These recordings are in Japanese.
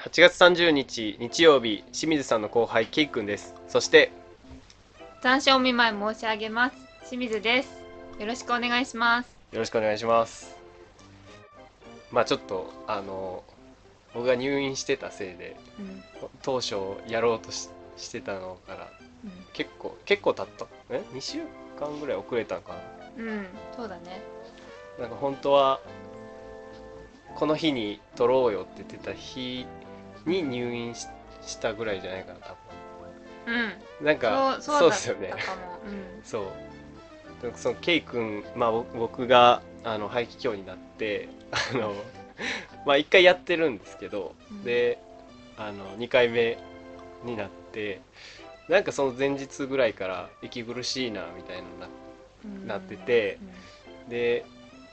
8月30日日曜日、清水さんの後輩ケイくんです。そして残暑お見舞い申し上げます。清水です。よろしくお願いします。 よろしくお願いします。まあちょっと僕が入院してたせいでうん。 当初やろうとしてたのからう結構経った。2週間ぐらい遅れたんかん。うん。そうだね。 な。なんか本当はこの日に撮ろうよって言ってた日に入院したぐらいじゃないかな、多うん。 分。なんかそうだっそうですよね。 たかも。うん。 そう。そのケイ君、まあ、僕が肺気胸になってまあ1回やってるんですけど、 うん。 で2回目になって、なんかその前日ぐらいから息苦しいなみたいなうなってて、 ん。 で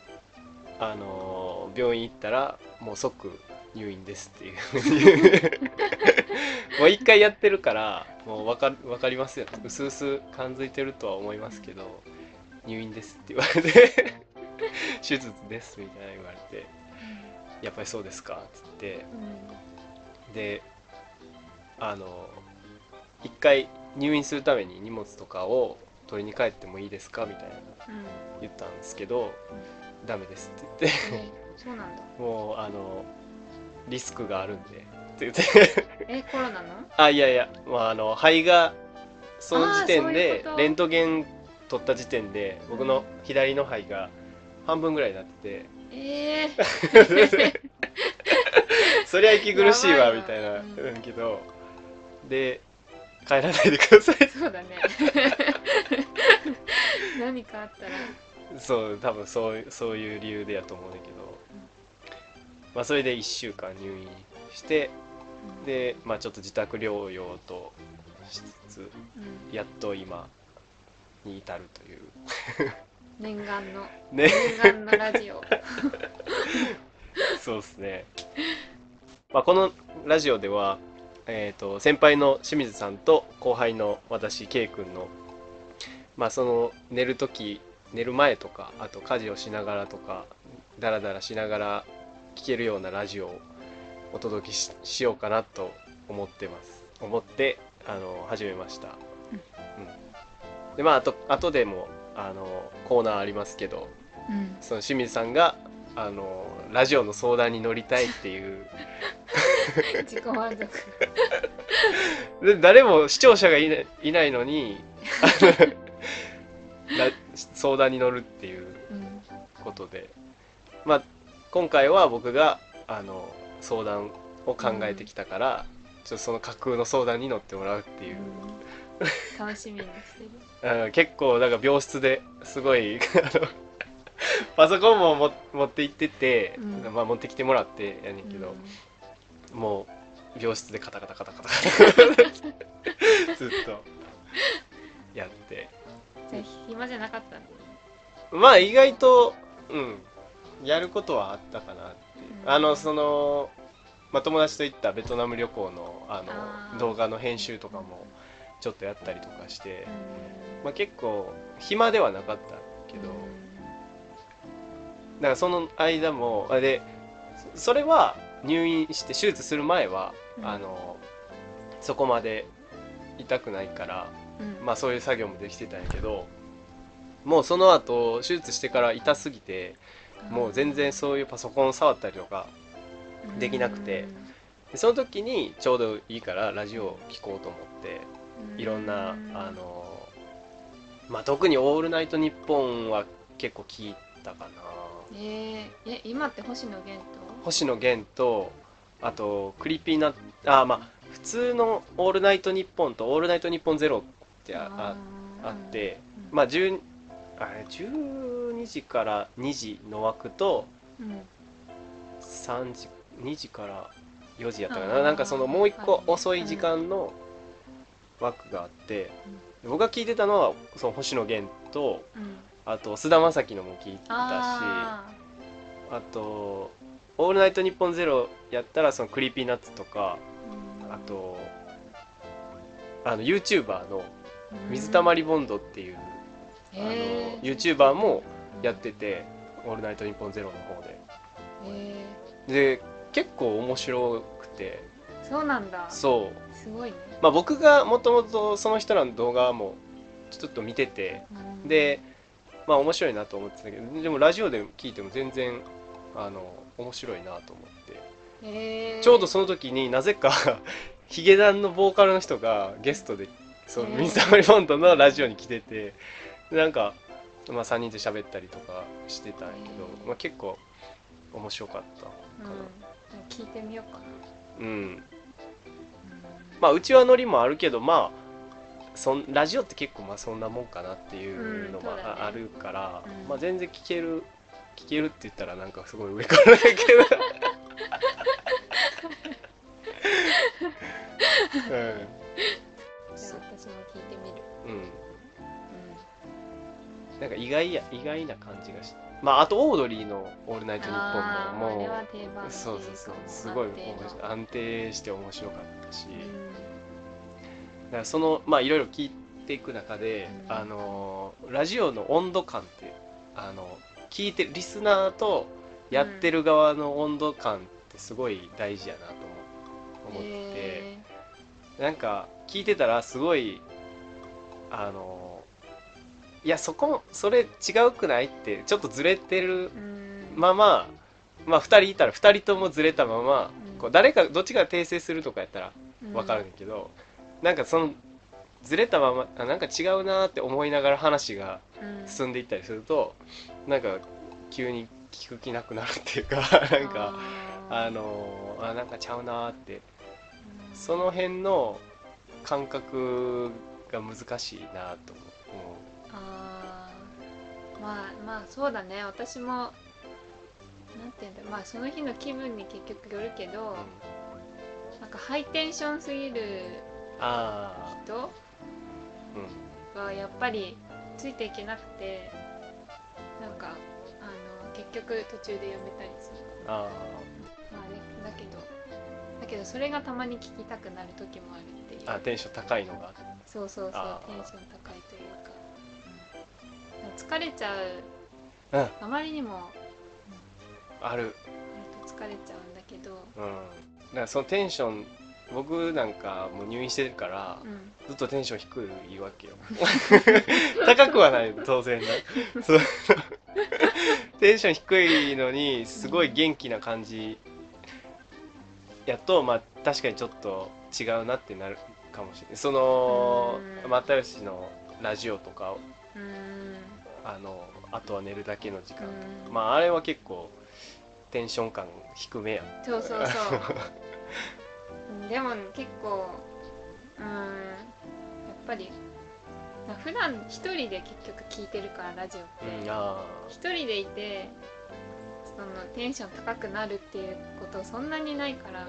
病院行ったらもう即入院ですっていうもう1回やってるからもうわかりますよ、うすうす感づいてるとは思いますけど、入院ですって言われて手術ですみたいな言われて、やっぱりそうですかっつって、 うん。 であの一回入院するために荷物とかを取りに帰ってもいいですかみたいなうん。 言ったんですけど、 うん。 ダメですって言ってそうなんだ。 もうリスクがあるんでって言ってコロナの？ あ、いやいや、まあ、肺がその時ああー、そういうこ点でレンと。 トゲン取った時点でう僕のん。 左の肺が半分ぐらいになってえてそりゃ息苦やしいわみばいわ。 たいなうん。 けど、で帰らないでくださいそうだね。何かあったら。 そう多分そういう理由でやと思うんだけど、まあ、それで1週間入院して、で、まあ、ちょっと自宅療養としつつうん。うん。 やっと今に至るという念願のね。 念願のラジオ。 そうですね。まあ、このラジオでは、先輩の清水さんと後輩の私 K 君の、まあ、その寝る前とか、あと家事をしながらとかダラダラしながら聞けるようなラジオをお届けしようかなと思って始めました。 うん。 うん、でまああとでもコーナーありますけど、 うん。 その清水さんがラジオの相談に乗りたいっていう自己満足。 で誰も視聴者がいないのに相談に乗るっていううん。 ことで、まあ今回は僕が相談を考えてうん。 きたから、ちょっとその架空の相談に乗ってもらうっていう。 うん。楽しみにしてる。 結構なんか病室ですごいパソコンも持って行ってて、 うん。 まあ、持ってきてもらってやねんけど、 うん。 もう病室でカタカタカタカタカタずっとやって、 じゃあ暇じゃなかったんで。 まあ意外と、うん、やることはあったかなっていう。 うん。 まあ、友達と行ったベトナム旅行の動あ画の編ー。 集とかもちょっとやったりとかして、 うん。 まあ、結構暇ではなかったけど、 うん。 だからその間もそれは入院して手術する前はうん。 あのそこまで痛くないから、 うん。 まあそういう作業もできてたんやけど、もうその後手術してから痛すぎて、もう全然そういうパソコン触ったりとかうできなくて、 ん。 でその時にちょうどいいからラジオを聞こうと思って、 ういろんなん。 まあ特に「オールナイトニッポン」は結構聞いたかな。 今って星野源と？ 星野源と、あとクリーピーナッツ、まあ普通の「オールナイトニッポン」と「オールナイトニッポンゼロってあって、まあ12時から2時の枠とうん。うん。 3時2時から4時やったかな、なんかそのもう一ああ、あるね。 個遅い時うん。 間の枠があって、僕が聞いてたのはその星野源と、 うん。うん。 あと菅田将暉のも聞いたし、 ああ。 あと「オールナイトニッポンゼロやったらそのクリーピーナッツとか、あとYouTuber のうん。 水溜りボンドっていうそれ聞い YouTuber てない。 もやってて、「オールナイトニッポンゼロの方でうん。 で結構面白くて、 そうなんだ。 そうすごいね。 まあ僕がもともとその人らの動画もちょっと見てて、でまあ面白いなと思ってたけど、でもラジオで聞いても全然面白いなと思って、ちょうどその時になぜかヒゲダンのボーカルの人がゲストでその水溜りボンドのラジオに来てて、なんか、まあ、3人で喋ったりとかしてたんやけど、まあ、結構面白かったかな。 聞いてみようかな。 まあうちはノリもあるけど、まあラジオって結構まあそんなもんかなっていうのもあるから、まあ全然聞けるって言ったらなんかすごい上からだけどじゃあ私も聞いてみる。 なんか意外な感じがして、まああとオードリーの「オールナイトニッポン」ももうそうすごい安定して面白かったし、だからそのまあいろいろ聞いていく中で、ラジオの温度感って聞いてるリスナーとやってる側の温度感ってすごい大事やなと思って、なんか聞いてたらすごいいやそれ違うくないってちょっとずれてるまま、まあ2人いたら2人ともずれたまま、こう誰かどっちかが訂正するとかやったら分かるんだけど、なんかそのずれたままなんか違うなって思いながら話が進んでいったりすると、なんか急に聞く気なくなるっていうかなんかなんかちゃうなって、その辺の感覚が難しいなと思う。 まあそうだね。私もなんていうんだ、まあその日の気分に結局よるけど、なんかハイテンションすぎる人はやっぱりついていけなくて、なんか結局途中でやめたりする。まあね、だけどそれがたまに聞きたくなる時もあるっていう。 テンション高いのが。 そうテンション高いというか、疲れちゃう、あまりにもあると疲れちゃうんだけど、 だからそのテンション、僕なんかもう入院してるから、ずっとテンション低いわけよ高くはない当然なそうテンション低いのにすごい元気な感じやと、まあ確かにちょっと違うなってなるかもしれない。その又吉のラジオとかあとは寝るだけの時間、まああれは結構テンション感低めやん。 そうでも結構やっぱり普段一人で結局聞いてるからラジオって、一人でいてそのテンション高くなるっていうことそんなにないから、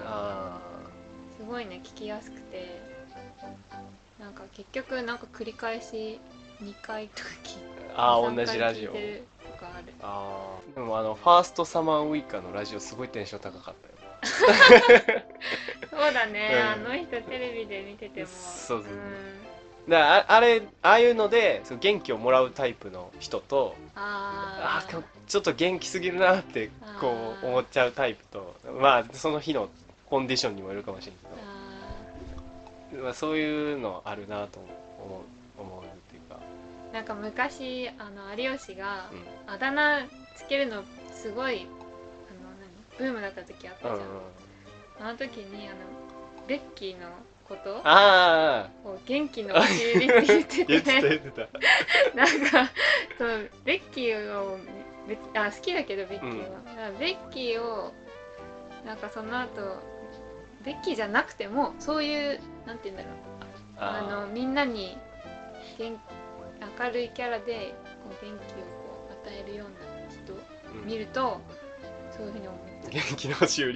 すごいね聞きやすくて、なんか結局なんか繰り返し2回とか聞いて、 同じラジオとかある。 でもファーストサマーウイカのラジオすごいテンション高かったよそうだね、あの人テレビで見ててもそうだからああいうのでその元気をもらうタイプの人と、ちょっと元気すぎるなってこう思っちゃうタイプと、まあその日のコンディションにもよるかもしれんけど、まあ、そういうのあるなと思うっていうか、 なんか昔有吉があだ名つけるのすごいブームだった時あったじゃん。あの時にベッキーのことを元気の押し売りって言っててなんかそのベッキーを好きだけどベッキーは、ベッキーをなんかその後ベッキーじゃなくてもそういうなんて言うんだろう、みんなに明るいキャラでこう元気をこう与えるような人を見ると、そういうふうに思っちゃう。 元気の押し売り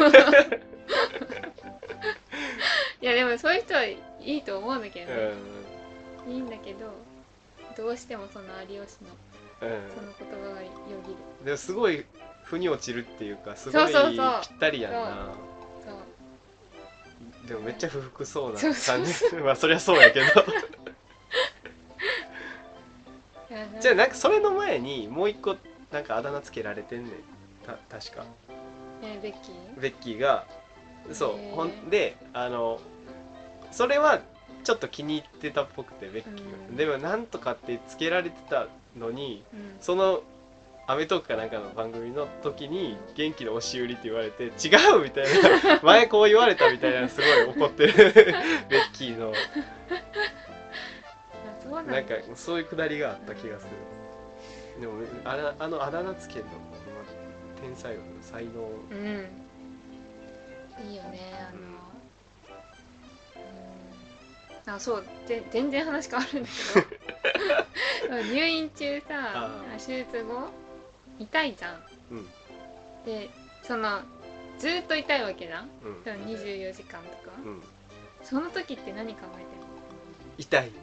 いやでもそういう人はいいと思うんだけどね、いいんだけどどうしてもその有吉のその言葉がよぎる。 でもすごい腑に落ちるっていうか、すごいぴったりやんな。でもめっちゃ不服そうな感じ。まあそりゃそうやけどじゃあなんかそれの前にもう一個なんかあだ名つけられてんねん確か。 ベッキーがそうほんでそれはちょっと気に入ってたっぽくてベッキーが、でもなんとかってつけられてたのに、そのアメトーークかなんかの番組の時に元気の押し売りって言われて違うみたいな前こう言われたみたいなすごい怒ってるベッキーのなんかそういうくだりがあった気がする。でもあのあだ名つけるのも天才よ、才能。 いいよねそう全然話変わるんだけど入院中さ手術後痛いじゃん、でそのずっと痛いわけじゃん、24時間とか、その時って何考えてるの？ 痛い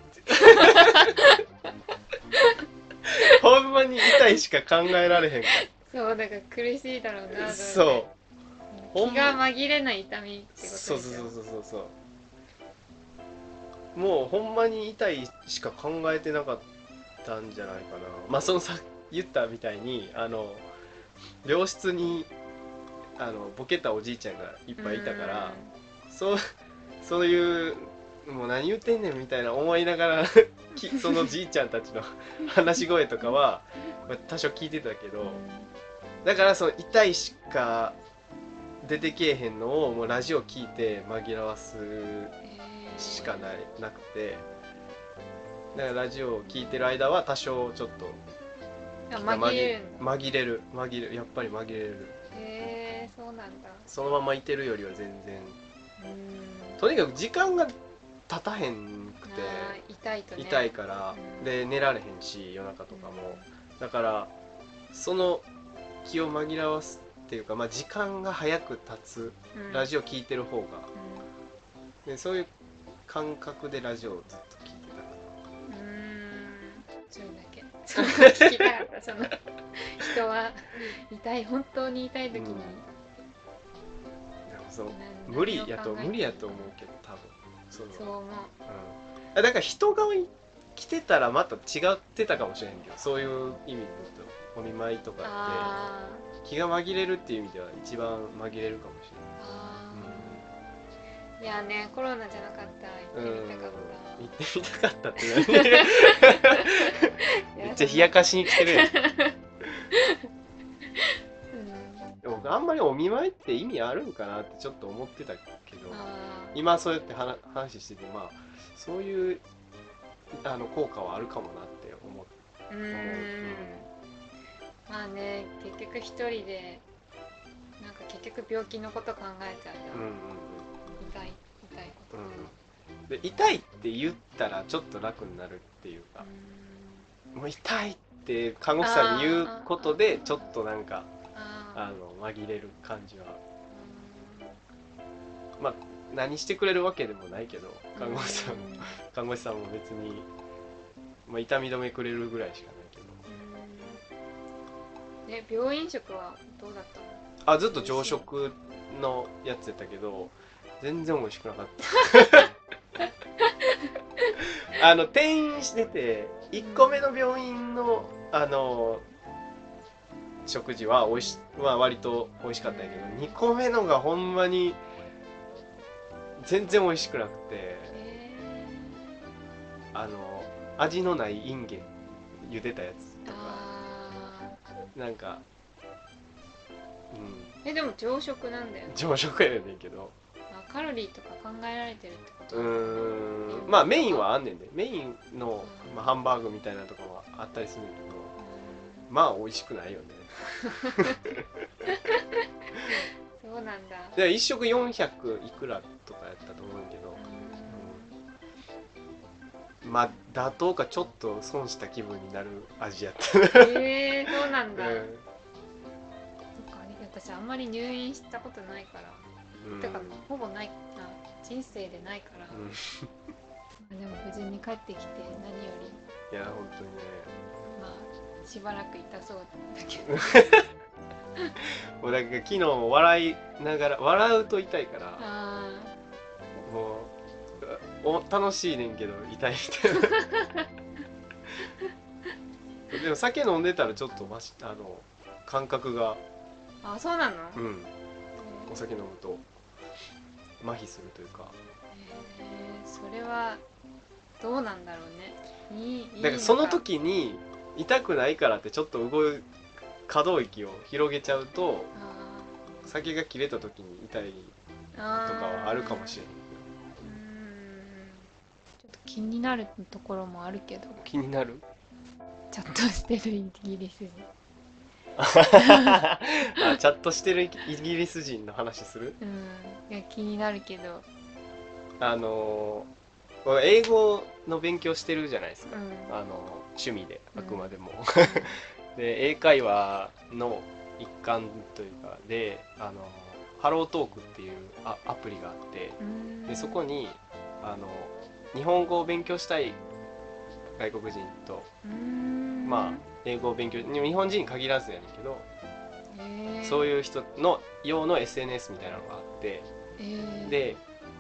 ほんまに痛いしか考えられへんから。 そうだから苦しいだろうな。 そう気が紛れない痛みってことでしょ。 そうもうほんまに痛いしか考えてなかったんじゃないかな。まあそのさ言ったみたいに病室にボケたおじいちゃんがいっぱいいたから、そういうもう何言ってんねんみたいな思いながらそのじいちゃんたちの話し声とかは多少聞いてたけど、だからその痛いしか出てけえへんのをもうラジオ聞いて紛らわすしかなくて、だからラジオを聞いてる間は多少ちょっと紛れるやっぱり紛れる。 へえ、そうなんだ。 そのままいてるよりは全然とにかく時間が経たへんくて痛いから、で寝られへんし夜中とかも、だからその気を紛らわすっていうか、まあ、時間が早く経つ、ラジオ聞いてる方が、でそういう感覚でラジオをずっと聞いてたから。 それだけ聞きたかった。その人は本当に痛い時に、でもそう無理やと思うけど多分そう思う。 だから人が来てたらまた違ってたかもしれへんけど、そういう意味で言うとお見舞いとかって気が紛れるっていう意味では一番紛れるかもしれない。いやね、コロナじゃなかったら行ってみたかった。 行ってみたかったって何めっちゃ冷やかしに来てるやん。でもあんまりお見舞いって意味あるんかなってちょっと思ってたけど、今そうやって話してて、まあそういう効果はあるかもなって思う。 まあね、結局一人でなんか結局病気のこと考えちゃうじゃん。痛いこと、 で痛いって言ったらちょっと楽になるっていうか、もう痛いって看護師さんに言うことでちょっとなんか紛れる感じは、まあ何してくれるわけでもないけど、看護師さんも別に、まあ、痛み止めくれるぐらいしかないけど。 病院食はどうだったの？ ずっと朝食のやつやったけど全然美味しくなかった転院してて1個目の病院の食事は割と美味しかったんやけど、2個目のがほんまに全然美味しくなくて、味のないインゲン茹でたやつとかなんかでも朝食なんだよね。 朝食やねんけどカロリーとか考えられてるってこと？ まあメインはあんねんで、メインの、ハンバーグみたいなところはあったりするんだけど、まあ美味しくないよねそうなんだ。 で1食400いくらとかやったと思うけど、まあ妥当かちょっと損した気分になる味やった。 そうなんだ。そっか、私あんまり入院したことないから、てかほぼないな、人生でないから、でも無事に帰ってきて何より。 いや本当にね、 まあしばらく痛そうだけどもうだから昨日笑いながら、笑うと痛いからもう楽しいねんけど痛いみたいなでも酒飲んでたらちょっと感覚が。 そうなの？ お酒飲むと麻痺するというか。 それはどうなんだろうね。いいだからその時に痛くないからってちょっと可動域を広げちゃうと先が切れた時に痛いとかはあるかもしれない。 ちょっと気になるところもあるけど。 気になるチャットしてるイギリス人あ、チャットしてるイギリス人の話する。 いや気になるけど。 英語の勉強してるじゃないですか、 うん、 趣味であくまでも、で英会話の一環というかでハロートークっていうアプリがあって、でそこに日本語を勉強したい外国人と、まあ英語を勉強日本人に限らずやねんけど、そういう人の用の SNS みたいなのがあって、で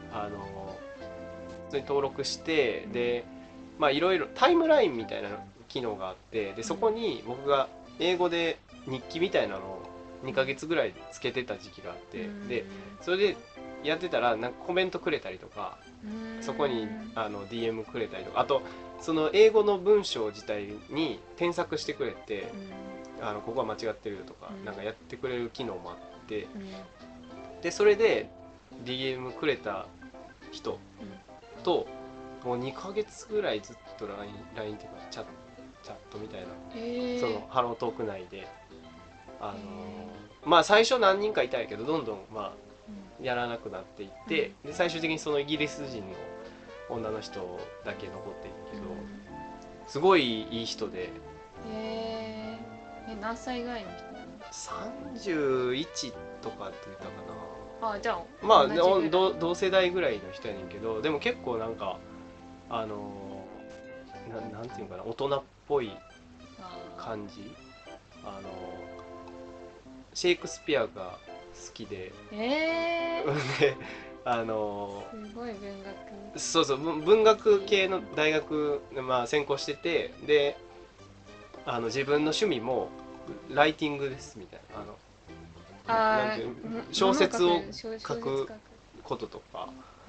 普通に登録して、でまあいろいろタイムラインみたいな機能があって、でそこに僕が英語で日記みたいなのを2ヶ月ぐらいつけてた時期があって、でそれでやってたらなんかコメントくれたりとか、そこにDM くれたりとか、あとその英語の文章自体に添削してくれて、ここは間違ってるとか、なんかやってくれる機能もあって、でそれで DM くれた人ともう2ヶ月ぐらいずっと LINE っていうかチャットみたいな、そのハロートーク内でまあ最初何人かいたんやけど、どんどんまあやらなくなっていって、で最終的にそのイギリス人の女の人だけ残っているけど、すごいいい人で。 何歳ぐらいの人なの ？31とかって言ったかな。 じゃあまあ同世代ぐらいの人やねんけど、でも結構なんかなんていうかな、大人っぽい感じ。シェイクスピアが好きで、ですごい文学。 そうそう、文学系の大学、まあ、専攻してて、で自分の趣味もライティングですみたいな、なんていう小説を書くこととか、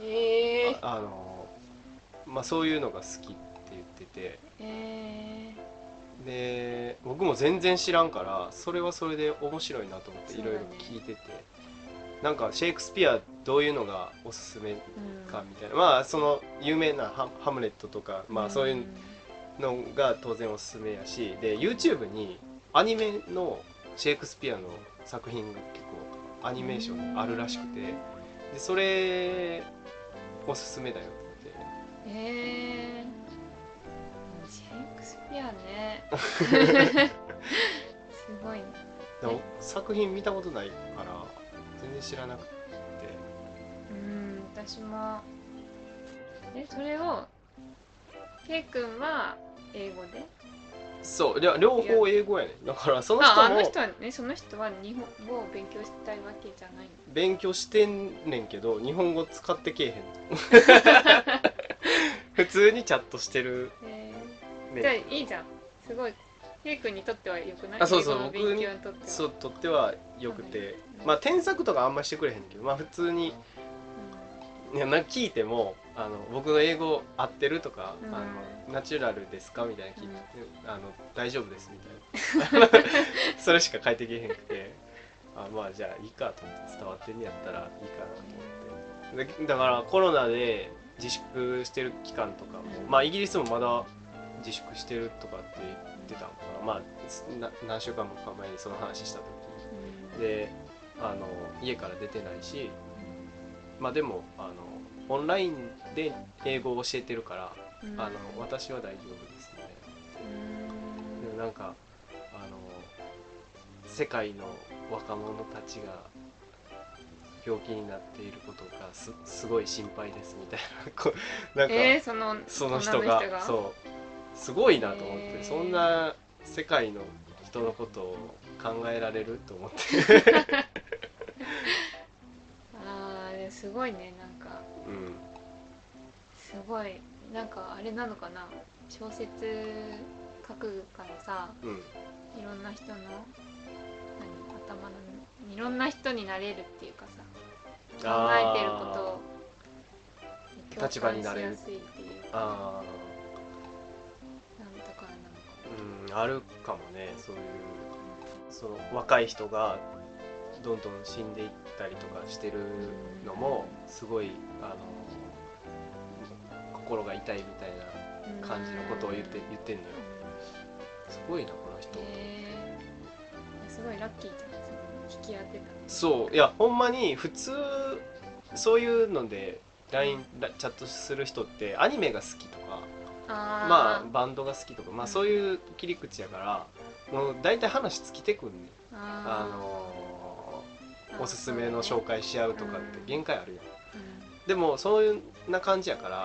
まあ、そういうのが好きって言ってて、で僕も全然知らんから、それはそれで面白いなと思っていろいろ聞いてて、なんかシェイクスピアどういうのがおすすめかみたいな、まあその有名なハムレットとか、まあそういうのが当然おすすめやし、で YouTube にアニメのシェイクスピアの作品が結構アニメーションあるらしくて、でそれおすすめだよって。 シェイクスピアねすごいね。 でも作品見たことないから全然知らなくて。 私もそれをケイ君は英語で。 そう両方英語やね。だからその人もその人は日本語を勉強したいわけじゃないの。 勉強してんねんけど日本語使ってけえへん普通にチャットしてる、 じゃあいいじゃん。すごいケイ君にとってはよくない？ そうそう、僕にとってはよくて、まあ添削とかあんましてくれへんけど、まあ普通に、なんか聞いても僕の英語合ってるとか、ナチュラルですかみたいな聞いて、大丈夫ですみたいなそれしか返ってけへんくて、まあじゃあいいかと思って、伝わってんやったらいいかなと思って。だからコロナで自粛してる期間とかも、まあイギリスもまだ自粛してるとかって言ってたのかな、まあ何週間もか前にその話した時で、家から出てないし、まあでもオンラインで英語を教えてるから、私は大丈夫ですね。でもなんか世界の若者たちが病気になっていることがすごい心配ですみたいななんか、その人がそうすごいなと思って、そんな世界の人のことを考えられると思ってすごいね。なんか、すごいなんかあれなのかな、小説書くからさ、いろんな人の頭のいろんな人になれるっていうかさ、 えてることを立場になれる共感しやすいっていうか、 あなんとかなのかあ、あるかもね。そういうその若い人がどんどん死んでいったりとかしてるのもすごい心が痛いみたいな感じのことを言ってんのよ。すごいなこの人。 すごいラッキーじゃん、引き当てた。 そう、いやほんまに普通そういうので LINE チャットする人ってアニメが好きとかまあバンドが好きとかまあそういう切り口やからもう大体話尽きてくんねん。おすすめの紹介し合うとかって限界あるやん。でもそういうな感じやから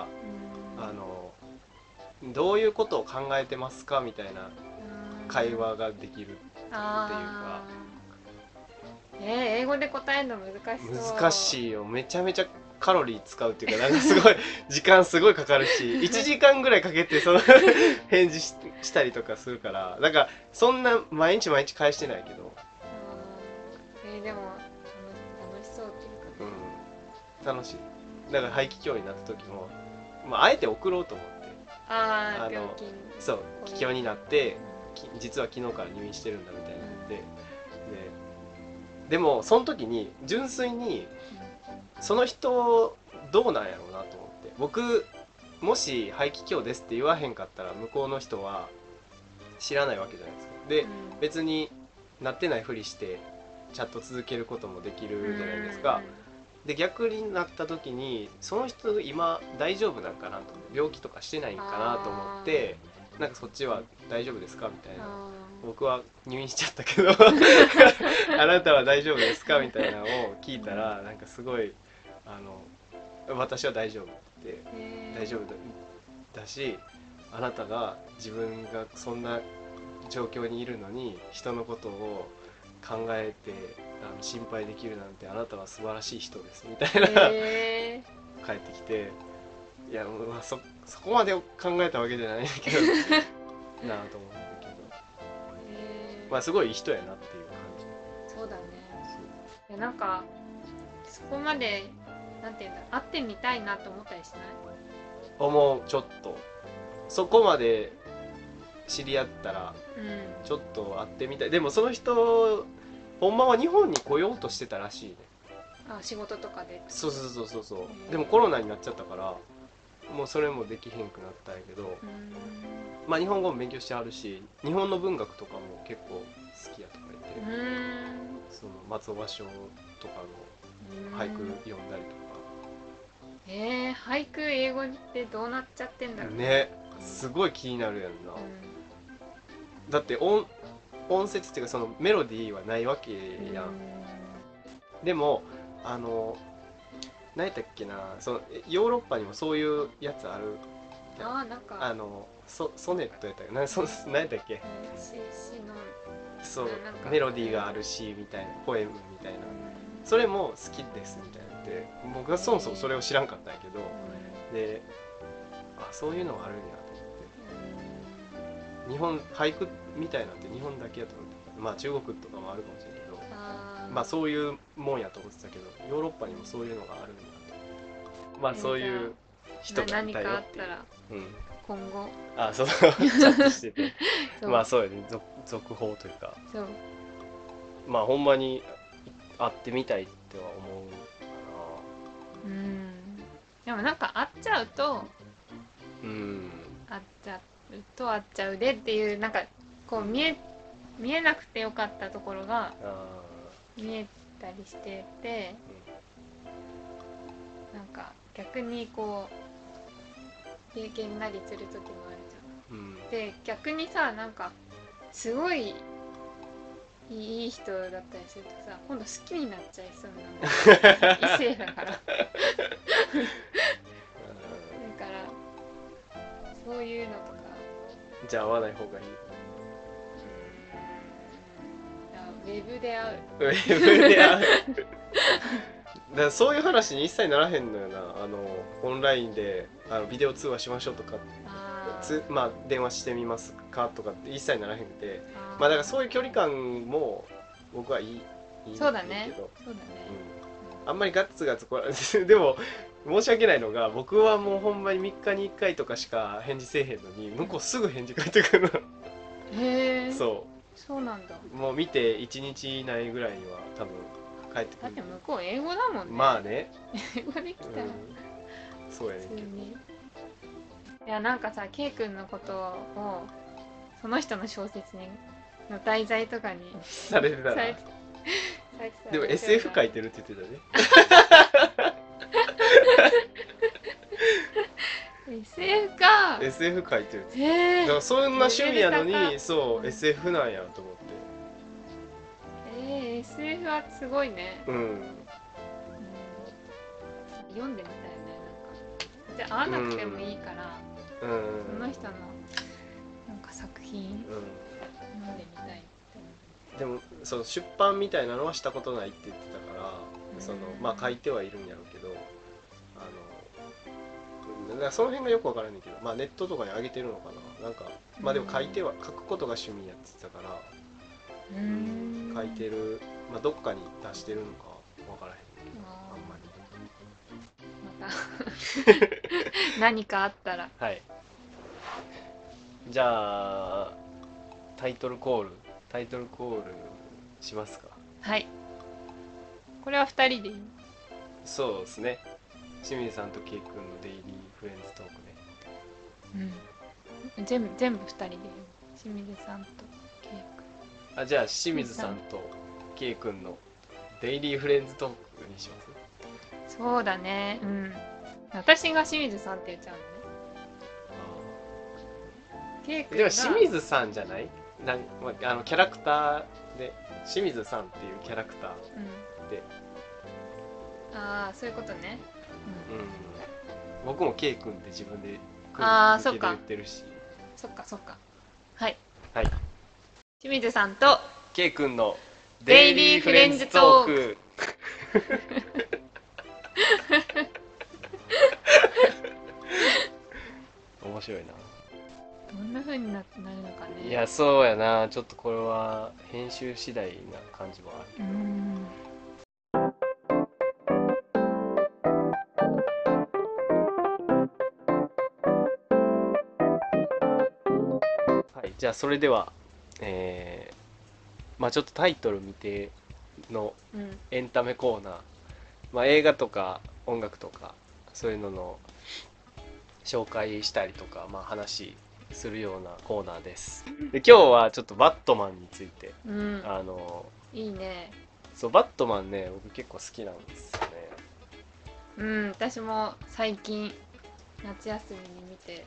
どういうことを考えてますかみたいな会話ができるっていうか。 英語で答えるの難しそう。 難しいよ。めちゃめちゃカロリー使うっていうかなんかすごい時間すごいかかるし1時間ぐらいかけてその返事したりとかするからなんかそんな毎日毎日返してないけどでも楽しそうっていうか、 楽しい。だから排気胸になった時も、まあ、あえて送ろうと思って病気そう気胸になって実は昨日から入院してるんだみたいになって、でもその時に純粋にその人どうなんやろうなと思って僕もし肺気胸ですって言わへんかったら向こうの人は知らないわけじゃないですか。で、別になってないふりしてチャット続けることもできるじゃないですか。で逆になった時にその人今大丈夫なんかなと病気とかしてないんかなと思ってなんかそっちは大丈夫ですかみたいな僕は入院しちゃったけどあなたは大丈夫ですかみたいなのを聞いたらなんかすごい私は大丈夫って大丈夫だしあなたが自分がそんな状況にいるのに人のことを考えて心配できるなんてあなたは素晴らしい人ですみたいな帰ってきていや、まあ、そこまで考えたわけじゃないけどなあと思うんだけどまあすごいいい人やなっていう感じ。 そうだね。いやなんかそこまでなんていうんだ会ってみたいなと思ったりしない？ 思う。ちょっとそこまで知り合ったらちょっと会ってみたい。でもその人ほんまは日本に来ようとしてたらしいね。 仕事とかで。 そうでもコロナになっちゃったからもうそれもできへんくなったんやけどまあ日本語も勉強してあるし日本の文学とかも結構好きやとか言ってその松尾芭蕉とかの俳句読んだりとか。 俳句英語ってどうなっちゃってんだろうね。すごい気になるやんな。だって音節っていうかそのメロディーはないわけやん。でも何やったっけなそのヨーロッパにもそういうやつある。 なんかソネットやったっけ何やったっけそうメロディーがあるしみたいなポエムみたいなそれも好きですみたいなって僕はそもそもそれを知らんかったんやけどでそういうのがあるんやと思って日本俳句みたいなんて日本だけやと思ってまあ中国とかもあるかもしれないけどまあそういうもんやと思ってたけどヨーロッパにもそういうのがあるんだとまあそういう人がいたよっていう今後そうチャットしててまあそうやね続報というかまあほんまに会ってみたいっては思うかな。でもなんか会っちゃうと会っちゃうでっていうなんかこう見えなくてよかったところが見えたりしててなんか逆にこう経験なりする時もあるじゃん。で逆にさなんかすごいいい人だったりするとさ今度好きになっちゃいそうな異性だからだからそういうのとかじゃあ会わない方がいい。 ウェブで会うウェブで会うだからそういう話に一切ならへんのよな。オンラインでビデオ通話しましょうとかまあ電話してみますかとかって一切ならへんでまあだからそういう距離感も僕はいいそうだねあんまりガッツガツこらでも申し訳ないのが、僕はもうほんまに3日に1回とかしか返事せえへんのに、向こうすぐ返事返ってくるの。 へえ。 そうなんだ。 もう見て1日以内ぐらいには多分帰ってくる。 だって向こう英語だもんね。 まあね、 英語できたら、 そうやねんけど。 普通に。いやなんかさ、ケイ君のことをその人の小説にの題材とかにされてたらされてたらでも SF 書いてるって言ってたね。 SF か。 SF 書いてるって。 へえ。 だからそんな趣味やのレベル高に、そう、 うん SF なんやと思って。 SF はすごいね。 うん。 読んでみたいね。なんかじゃあ会わなくてもいいから、その人のなんか作品読んでみたいって。 でもそう出版みたいなのはしたことないって言ってたから、そのまあ書いてはいるんやろうけど、だからその辺がよくわからんねんけど、まあネットとかに上げてるのかな、なんかまあでも書くことが趣味やって言ってたから、書いてる、まあどっかに出してるのかわからへんけど、あんまり。 また何かあったら。 はい。じゃあタイトルコールしますか。 はい。これは2人でいい？ そうですね。清水さんとケイ君のデイリーフレンズトークね。 うん。全部2人でいい？清水さんとケイ君。 じゃあ清水さんとケイ君のデイリーフレンズトークにします。 そうだね。うん。私が清水さんって言っちゃうのね。ケイ君でもが清水さんじゃない？キャラクターで清水さんっていうキャラクターで、 ああそういうことね。 僕もケイ君って自分でそっか言ってるし。 そっかはいはい清水さんとケイ君のデイリーフレンズトーク。面白いな。 どんな風になるのかね。 いやそうやな、ちょっとこれは編集次第な感じもある。はい、じゃあそれではまあちょっとタイトル見てのエンタメコーナー、まあ、映画とか音楽とかそういうのの紹介したりとか、まあ、話するようなコーナーです。で今日はちょっとバットマンについて、 いいね。 そうバットマンね、僕結構好きなんですよね。 私も最近夏休みに見て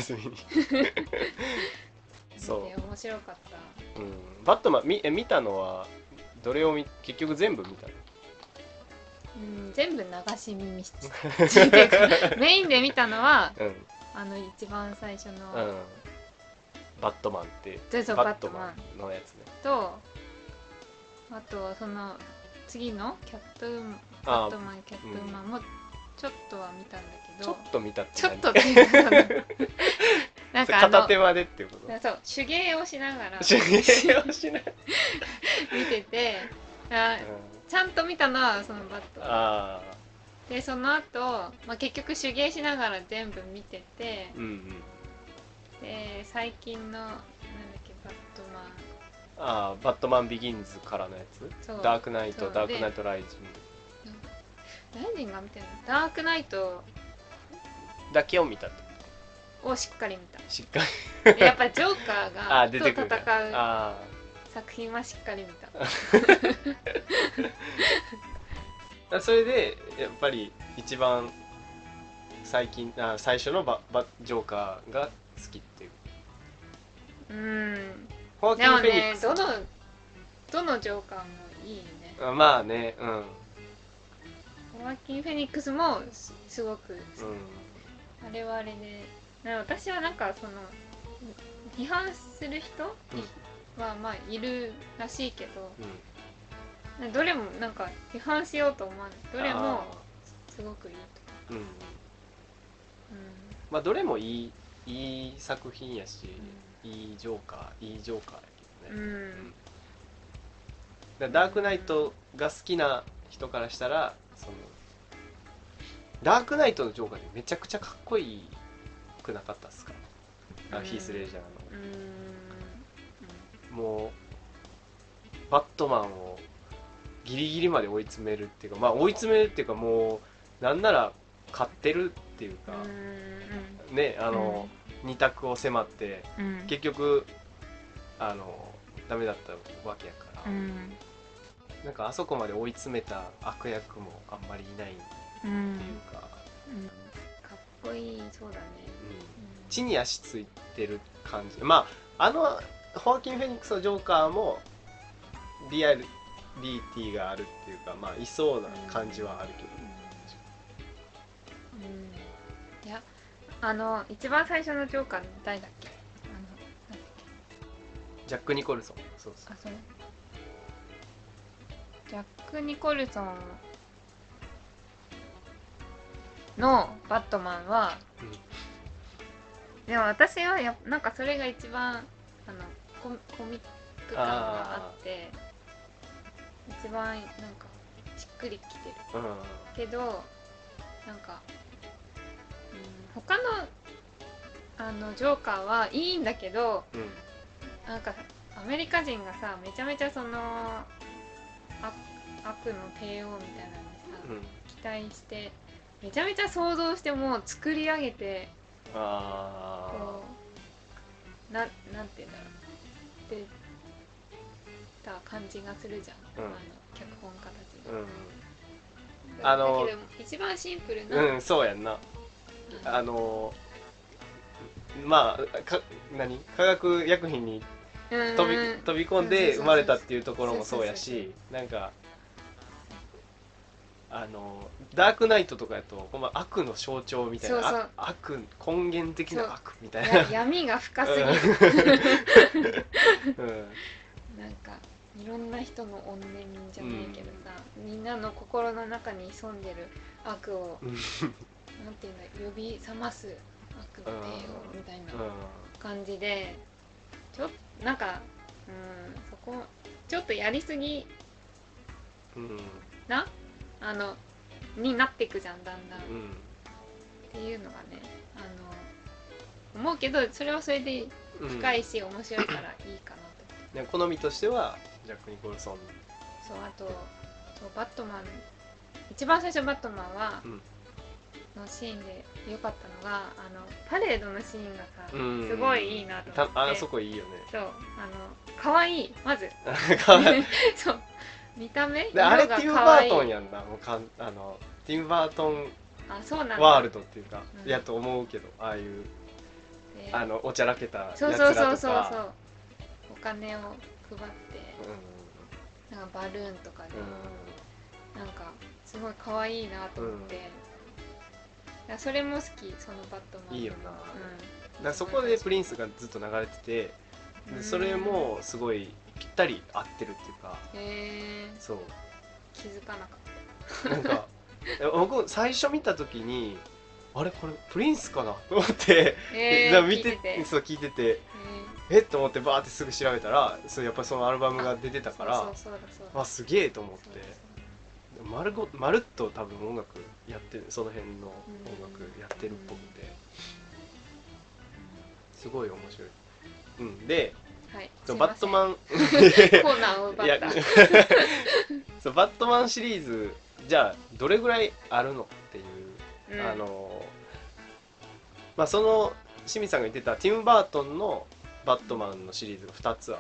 そう面白かった。 バットマン見たのはどれを結局全部見たの？ 全部流し見してメインで見たのは、一番最初の、 バットマンってバットマンのやつね。 とあとその次のバットマンキャットウーマンもちょっとは見たんだけど、 ちょっと見たってちょっとっていうかなんか片手間でっていうこと？ そう手芸をしながら見てて、ちゃんと見たのはそのバットマンで、その後、結局手芸しながら全部見てて、で最近のなんだっけバットマンバットマンビギンズからのやつ、ダークナイトライジング。 ライジングが見てるの？ダークナイトだけを見たってをしっかり見た。 しっかりやっぱりジョーカーがと戦う作品はしっかり見た。それでやっぱり一番最初のジョーカーが好きっていう。 でもね、どのジョーカーもいいよね。 まあね、 ホアキン・フェニックスもすごく好き。あれはあれで、私はなんかその批判する人はまあいるらしいけど、どれもなんか批判しようと思わない。どれもすごくいいと。 まあどれもいい作品やし、いいジョーカーやけどね。ダークナイトが好きな人からしたらそのダークナイトのジョーカーでめちゃくちゃかっこいいくなかったっすか、ヒース・レジャーの、もうバットマンをギリギリまで追い詰めるっていうか、まあ追い詰めるっていうか、もうなんなら勝ってるっていうか、ね、二択を迫って、結局ダメだったわけやから、なんかあそこまで追い詰めた悪役もあんまりいないっていうか、 かっこいい、そうだね、 地に足ついてる感じ。まあホアキン・フェニックスのジョーカーもリアリティがあるっていうか、まあいそうな感じはあるけど、 いや、一番最初のジョーカー誰だっけ、なんだっけ、 ジャック・ニコルソン。そうそう、 そう、ジャック・ニコルソンのバットマンは、でも私はなんかそれが一番コミック感があって、一番なんかしっくりきてる、けどなんか、他のジョーカーはいいんだけど、なんかアメリカ人がさ、めちゃめちゃその悪の帝王みたいなのにさ、期待してめちゃめちゃ想像してもう作り上げて、こうなんて言うんだろう、でた感じがするじゃん、脚本家たちが、だけど一番シンプルな、 そうやんな、まあ化学薬品に飛び込んで生まれたっていうところもそうやし、なんかダークナイトとかやとほんま悪の象徴みたいな、悪、根源的な悪みたいな、 闇が深すぎるなんかいろんな人の怨念じゃないけどさ、みんなの心の中に潜んでる悪をなんていうんだ、呼び覚ます悪の帝王みたいな感じで、なんかそこちょっとやりすぎなになっていくじゃん、だんだん、っていうのがね、思うけど、それはそれで深いし面白いからいいかなと。 好みとしてはジャック・ニコルソン、 そう、あとバットマン、一番最初バットマンは、のシーンで良かったのがパレードのシーンがさ、すごいいいなと思って。 あそこいいよね。 そう可愛い、まずそう、見た目あれティム・バートンやんな、もうティム・バートンワールドっていうかやと思うけど、ああいうおちゃらけたやつらとか、 そうお金を配って、なんかバルーンとかで、なんかすごい可愛いなと思って、それも好き、そのバットマン。 いいよな、そこでプリンスがずっと流れてて、それもすごいぴったり合ってるっていうか、そう、 気づかなかった。 なんか僕最初見た時に、あれこれプリンスかなと思って見てて、そう聞いてて、と思ってバーってすぐ調べたら、やっぱりそのアルバムが出てたから、あ、すげえと思って、まるっと多分音楽やってる、その辺の音楽やってるっぽくて、すごい面白い。で、バットマンコーナーを奪った。 そう、バットマンシリーズじゃあどれぐらいあるのっていう、まあその清水さんが言ってたティム・バートンのバットマンのシリーズが2つあって、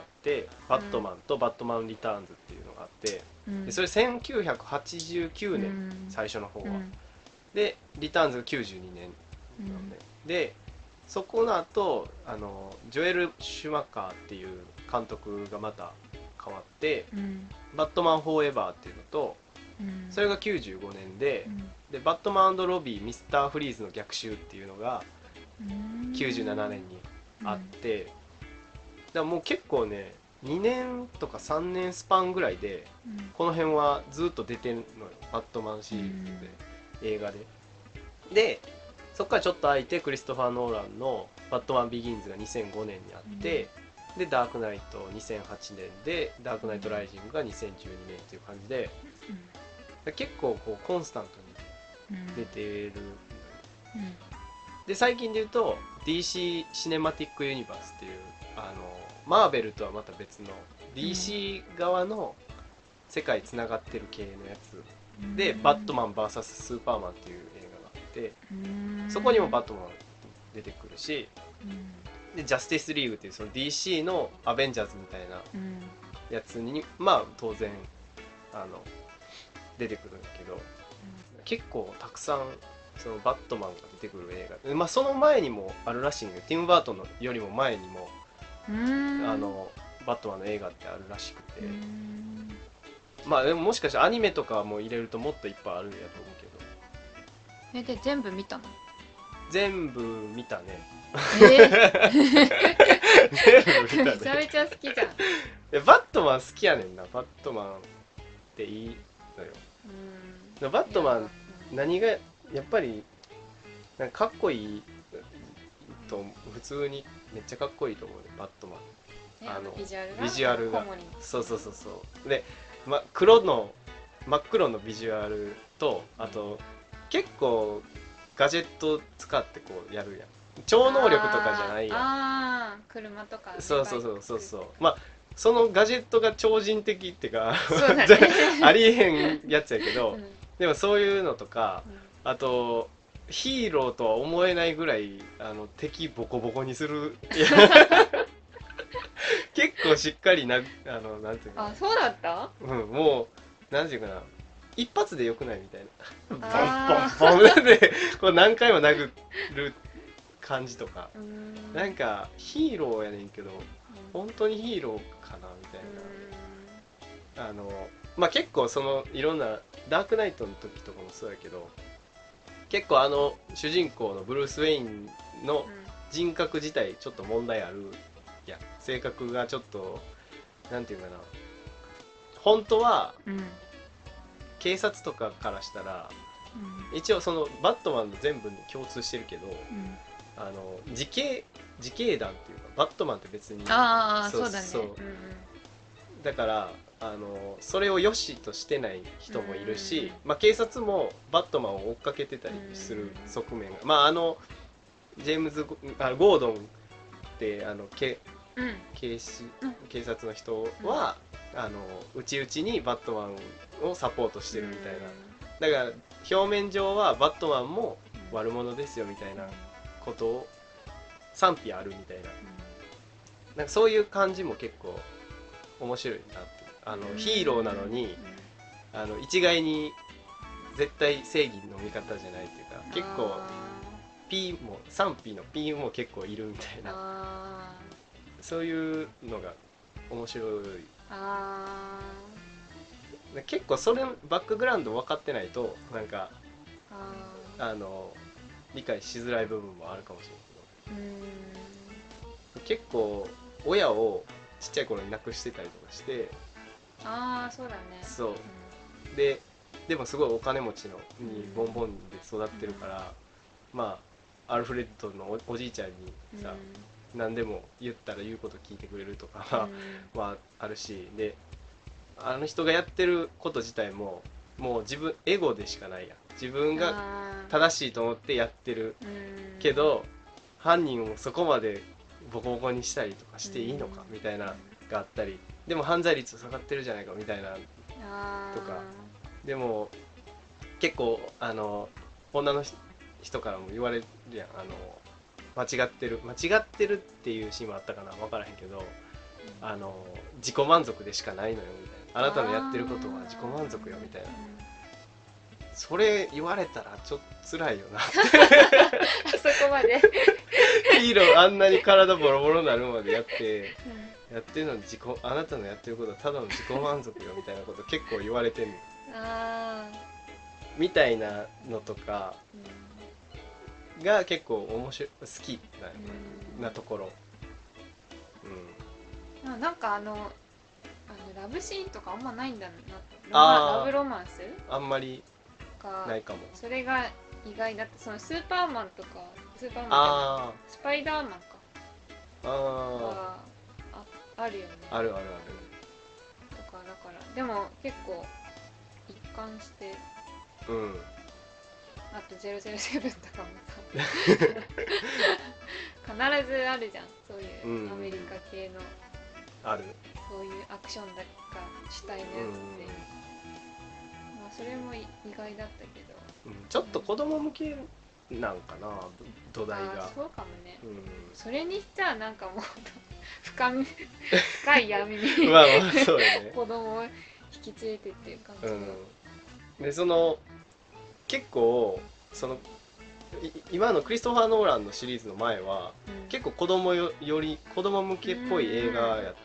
バットマンとバットマンリターンズっていうのがあって、でそれ1989年最初の方は、でリターンズが92年なんで、でそこの後ジョエル・シュマカーっていう監督がまた変わって、バットマン・フォーエバーっていうのと、それが95年で、バットマン&ロビー・ミスター・フリーズの逆襲っていうのが97年にあって、だからもう結構ね、2年とか3年スパンぐらいでこの辺はずっと出てるのよ、バットマンシリーズで、映画で。でそこからちょっと空いて、クリストファー・ノーランのバットマン・ビギンズが2005年にあって、でダークナイト2008年で、ダークナイト・ライジングが2012年っていう感じで、 結構こうコンスタントうんに出てる。 うんで最近で言うと DC シネマティックユニバースっていうマーベルとはまた別の DC 側の世界つながってる系のやつで、バットマン VS スーパーマンっていう映画があって、そこにもバットマン出てくるし、でジャスティスリーグっていうその DC のアベンジャーズみたいなやつにまあ当然出てくるんだけど、結構たくさんそのバットマンが出てくる映画、まあその前にもあるらしいんだけど、ティム・バートンのよりも前にもバットマンの映画ってあるらしくて、まあでももしかしたらアニメとかも入れるともっといっぱいあるんやと思うけど。 で全部見たの？ 全部見たね。 全部見たね。 めちゃめちゃ好きじゃん。 バットマン好きやねんな。バットマンっていいのよ。バットマン何がやっぱりなんかかっこいいと、普通にめっちゃかっこいいと思うね、バットマン。 ビジュアルがそうで、真っ黒のビジュアルと、あと結構ガジェット使ってこうやるやん。超能力とかじゃないやん。 車とか、ね、 そうまあそのガジェットが超人的ってかね、 ありえへんやつやけど、でもそういうのとか、あとヒーローとは思えないぐらい敵ボコボコにする結構しっかりなんていうか、 そうだった？ もうなんていうかな、一発でよくないみたいなボンボンボンでこう何回も殴る感じとか、なんかヒーローやねんけど本当にヒーローかなみたいな。まあ結構そのいろんなダークナイトの時とかもそうやけど、結構主人公のブルース・ウェインの人格自体ちょっと問題あるやん。性格がちょっとなんていうかな、本当は警察とかからしたら、一応そのバットマンの全部に共通してるけど、自警団っていうか、バットマンって別にそうだね。 だからそれを良しとしてない人もいるし、まあ、警察もバットマンを追っかけてたりする側面が、まあジェームズゴードンって警察の人は内々にバットマンをサポートしてるみたいな。だから表面上はバットマンも悪者ですよみたいなことを賛否あるみたいな、なんかそういう感じも結構面白いなって。ヒーローなのに一概に絶対正義の味方じゃないっていうか、結構 P も賛否の P も結構いるみたいな、そういうのが面白い。結構それバックグラウンド分かってないとなんか理解しづらい部分もあるかもしれないけど、結構親をちっちゃい頃に亡くしてたりとかして、 そうだね。 そうでもすごいお金持ちのにボンボンで育ってるから、まあアルフレッドの おじいちゃんにさ、何でも言ったら言うこと聞いてくれるとかはあるし、であの人がやってること自体ももうエゴでしかないやん。自分が正しいと思ってやってるけど、犯人をそこまでボコボコにしたりとかしていいのかみたいながあったり、でも犯罪率下がってるじゃないかみたいなとか、でも結構女の人からも言われるやん、間違ってるっていうシーンもあったかな、分からへんけど、自己満足でしかないのよみたいな、あなたのやってることは自己満足よみたいな。それ言われたらちょっと辛いよなそこまでヒーローあんなに体ボロボロになるまでやってるのに、あなたのやってることはただの自己満足よみたいなこと結構言われてんのみたいなのとかが結構面白い、好きなところ。 なんかラブシーンとかあんまないんだな。ラブロマンスあんまりないかも。 それが意外だった。そのスーパーマンとかスパイダーマンかあるよね。 あるだからでも結構貫してうんあと007とかもさ必ずあるじゃんそういうアメリカ系の、 あるそういうアクションだか主体のやつって、まあそれも意外だったけど、 ちょっと子供向けなんかな土台が。 そうかもね、 うん、 それにしちゃなんかもう深い闇にまあまあそうよね子供を引き連れてっていう感じでその結構その今のクリストファー・ノーランのシリーズの前は、結構子供より子供向けっぽい映画やって、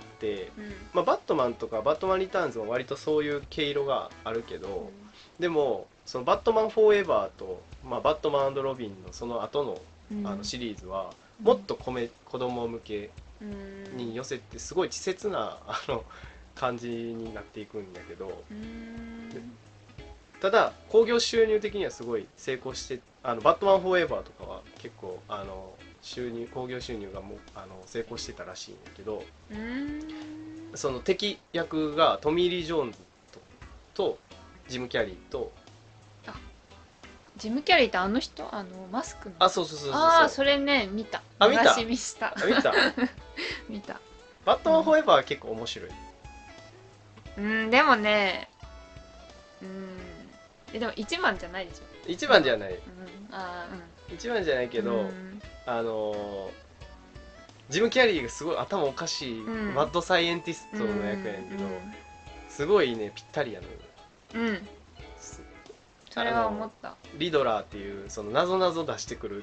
まあ、バットマンとかバットマン・リターンズも割とそういう毛色があるけど、でもそのバットマン・フォーエバーと、まあ、バットマン&ロビンのその後の、シリーズはもっと子供向けに寄せてすごい稚拙な感じになっていくんだけど、ただ興行収入的にはすごい成功してバットマンフォーエバーとかは結構興行収入がもう成功してたらしいんだけど、その敵役がトミー・リー・ジョーンズとジム・キャリーとジム・キャリーってあの人マスクのそうそれね見た見た見たバットマンフォーエバーは結構面白い。 でもねでも一番じゃないでしょ。 一番じゃない、一番じゃないけど、ジム・キャリーがすごい頭おかしい、マッドサイエンティストの役やねんけど、すごいねぴったりやの。 それは思った。 リドラーっていうその謎出してくる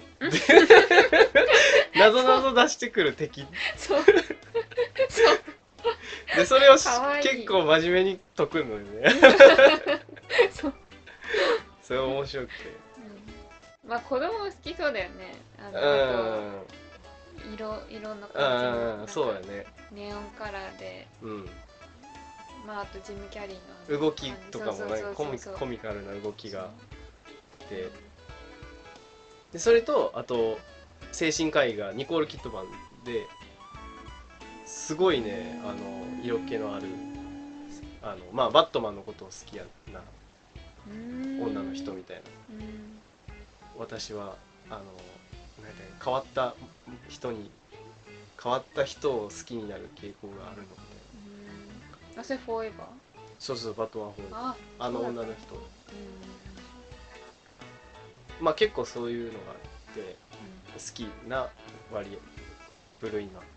謎出してくる敵そうでそれを結構真面目に解くのよねそれ面白くて、 まあ子供好きそうだよね。色の感じそうやね。 ネオンカラーで、まああとジム・キャリーの動きとかもねコミカルな動きがあってでそれとあと精神科医がニコール・キッドマンですごいね色気のあるまあバットマンのことを好きやな女の人みたいな、私は変わった人を好きになる傾向があるのみたいな。 それフォーエバー？ そうバットマンフォーエバー、女の人、まあ結構そういうのがあって好きな部類な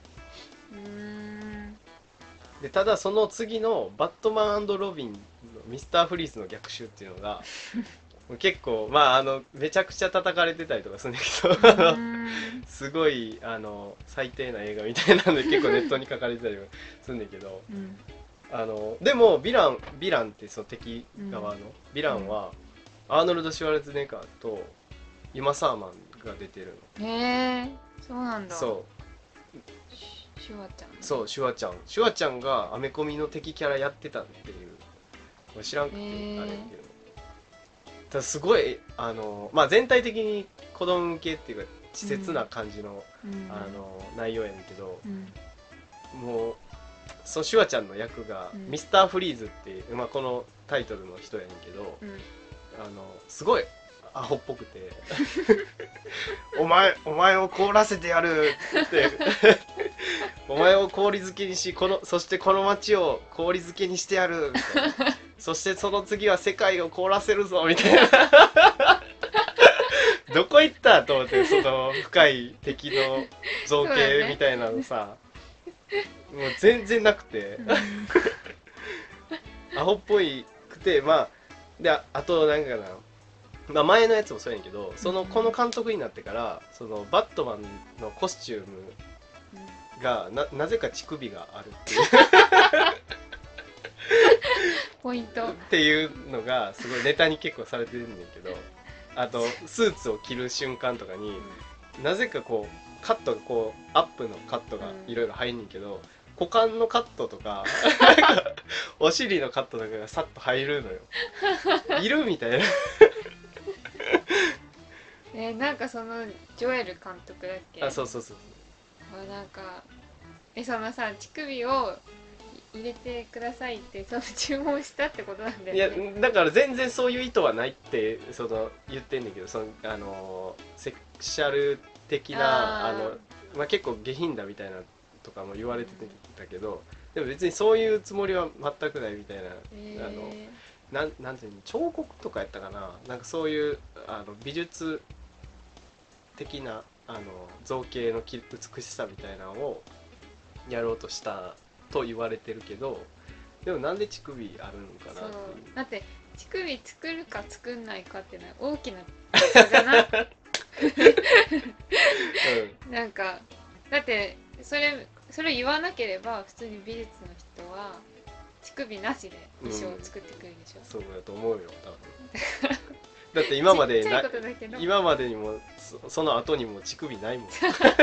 で、ただその次のバットマン&ロビンのミスターフリーズの逆襲っていうのが結構めちゃくちゃ叩かれてたりとかするんだけどすごい最低な映画みたいなので結構ネットに書かれてたりするんだけど、でもヴィランってその敵側のヴィランはアーノルド・シュワルツェネッガーとユマ・サーマンが出てるの。 へえ、そうなんだ。シュワちゃんがアメコミの敵キャラやってたっていう知らんくてあれやけど、ただすごいまあ全体的に子供向けっていうか稚拙な感じの、内容やねんけど、もうそのシュワちゃんの役がミスターフリーズっていう、まあ、このタイトルの人やねんけど、すごいアホっぽくてお前を凍らせてやるってお前を氷漬けにしそしてこの街を氷漬けにしてやるみたいなそしてその次は世界を凍らせるぞみたいなどこ行ったと思って、その深い敵の造形みたいなのさ、もう全然なくてアホっぽいくて、まあであとなんかな、まあ、前のやつもそうやんけど、この監督になってからそのバットマンのコスチュームがなぜか乳首があるっていうポイントっていうのがすごいネタに結構されてるんだけど、あとスーツを着る瞬間とかになぜかこうカットがこうアップのカットがいろいろ入んねんけど、股間のカットとかお尻のカットとかがさっと入るのよいるみたいななんかそのジョエル監督だっけ？ そうなんかそのさ乳首を入れてくださいってその注文したってことなんだいやよね。 だから全然そういう意図はないって言ってんだけど、セクシャル的なまあ、結構下品だみたいなとかも言われてたけど、でも別にそういうつもりは全くないみたいな、なんていうの、彫刻とかやったかな、なんかそういう美術的な造形の美しさみたいなのをやろうとしたと言われてるけど、でもなんで乳首あるのかなっていう。 だって乳首作るか作んないかっていうのは大きな差じゃない？なんかだってそれ言わなければ普通に美術の人は乳首なしで衣装を作ってくるでしょ、 そうだと思うよ多分。だって今までちっちゃいことだけど今までにもその後にも乳首ないもん。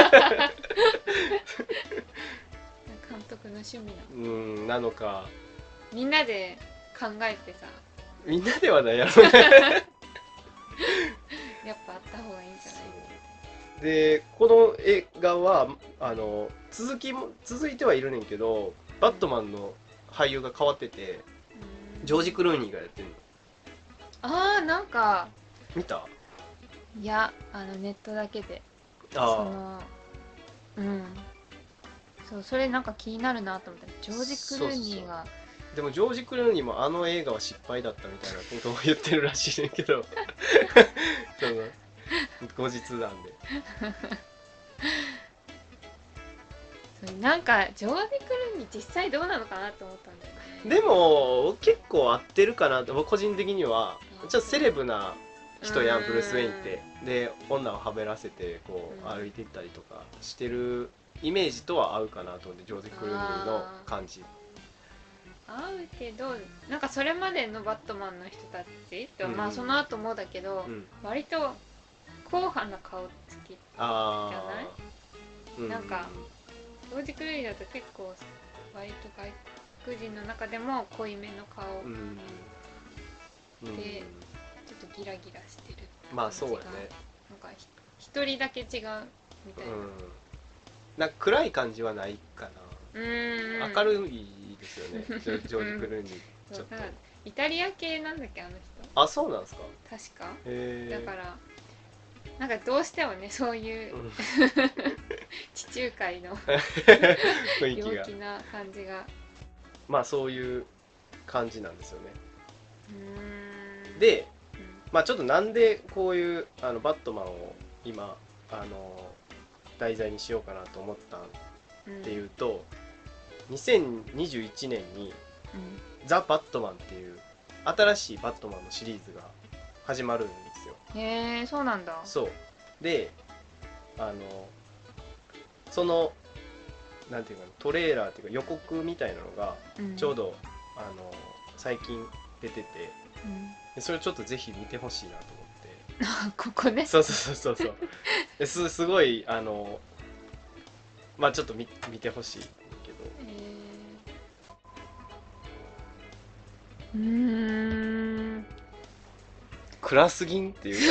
監督の趣味なのか、 みんなで考えてさ、 みんなではないやろ。 やっぱあった方がいいんじゃない？ でこの映画は続いてはいるねんけど、バットマンの俳優が変わってて、ジョージ・クルーニーがやってるの。 なんか見た？ いやネットだけでそれなんか気になるなと思ったジョージ・クルーニーが。 でもジョージ・クルーニーも映画は失敗だったみたいなことも言ってるらしいねんけど後日談でなんかジョージ・クルーニー実際どうなのかなと思ったんだよね。 でも結構合ってるかなと僕個人的には。ちょっとセレブな人やんブルース・ウェインって。で女をはべらせてこう歩いていったりとかしてるイメージとは合うかなと思って、ジョージ・クルーニーの感じ合うけど、なんかそれまでのバットマンの人たち、まあその後もだけど、割と硬派な顔つきじゃない？なんかジョージ・クルーニーだと結構割と外国人の中でも濃いめの顔でちょっとギラギラしてる。 まあそうやね。 なんか一人だけ違うみたいな。 なんか暗い感じはないかな。明るいですよね、ジョージ・クルーニー。ちょっとイタリア系なんだっけあの人。 あ、そうなんですか。 確か。だからなんかどうしてもねそういう、地中海の雰囲気が陽気な感じが、 まあそういう感じなんですよね。で、まあちょっとなんでこういうバットマンを今題材にしようかなと思ったっていうと、2021年にザ・バットマンっていう新しいバットマンのシリーズが始まるんですよ。 へえ、そうなんだ。 そうでそのなんていうかトレーラーっていうか予告みたいなのがちょうど、最近出てて、でそれをちょっとぜひ見てほしいなと思って。 ここね。 そうすごいまあちょっと見てほしいけど、暗すぎんっていう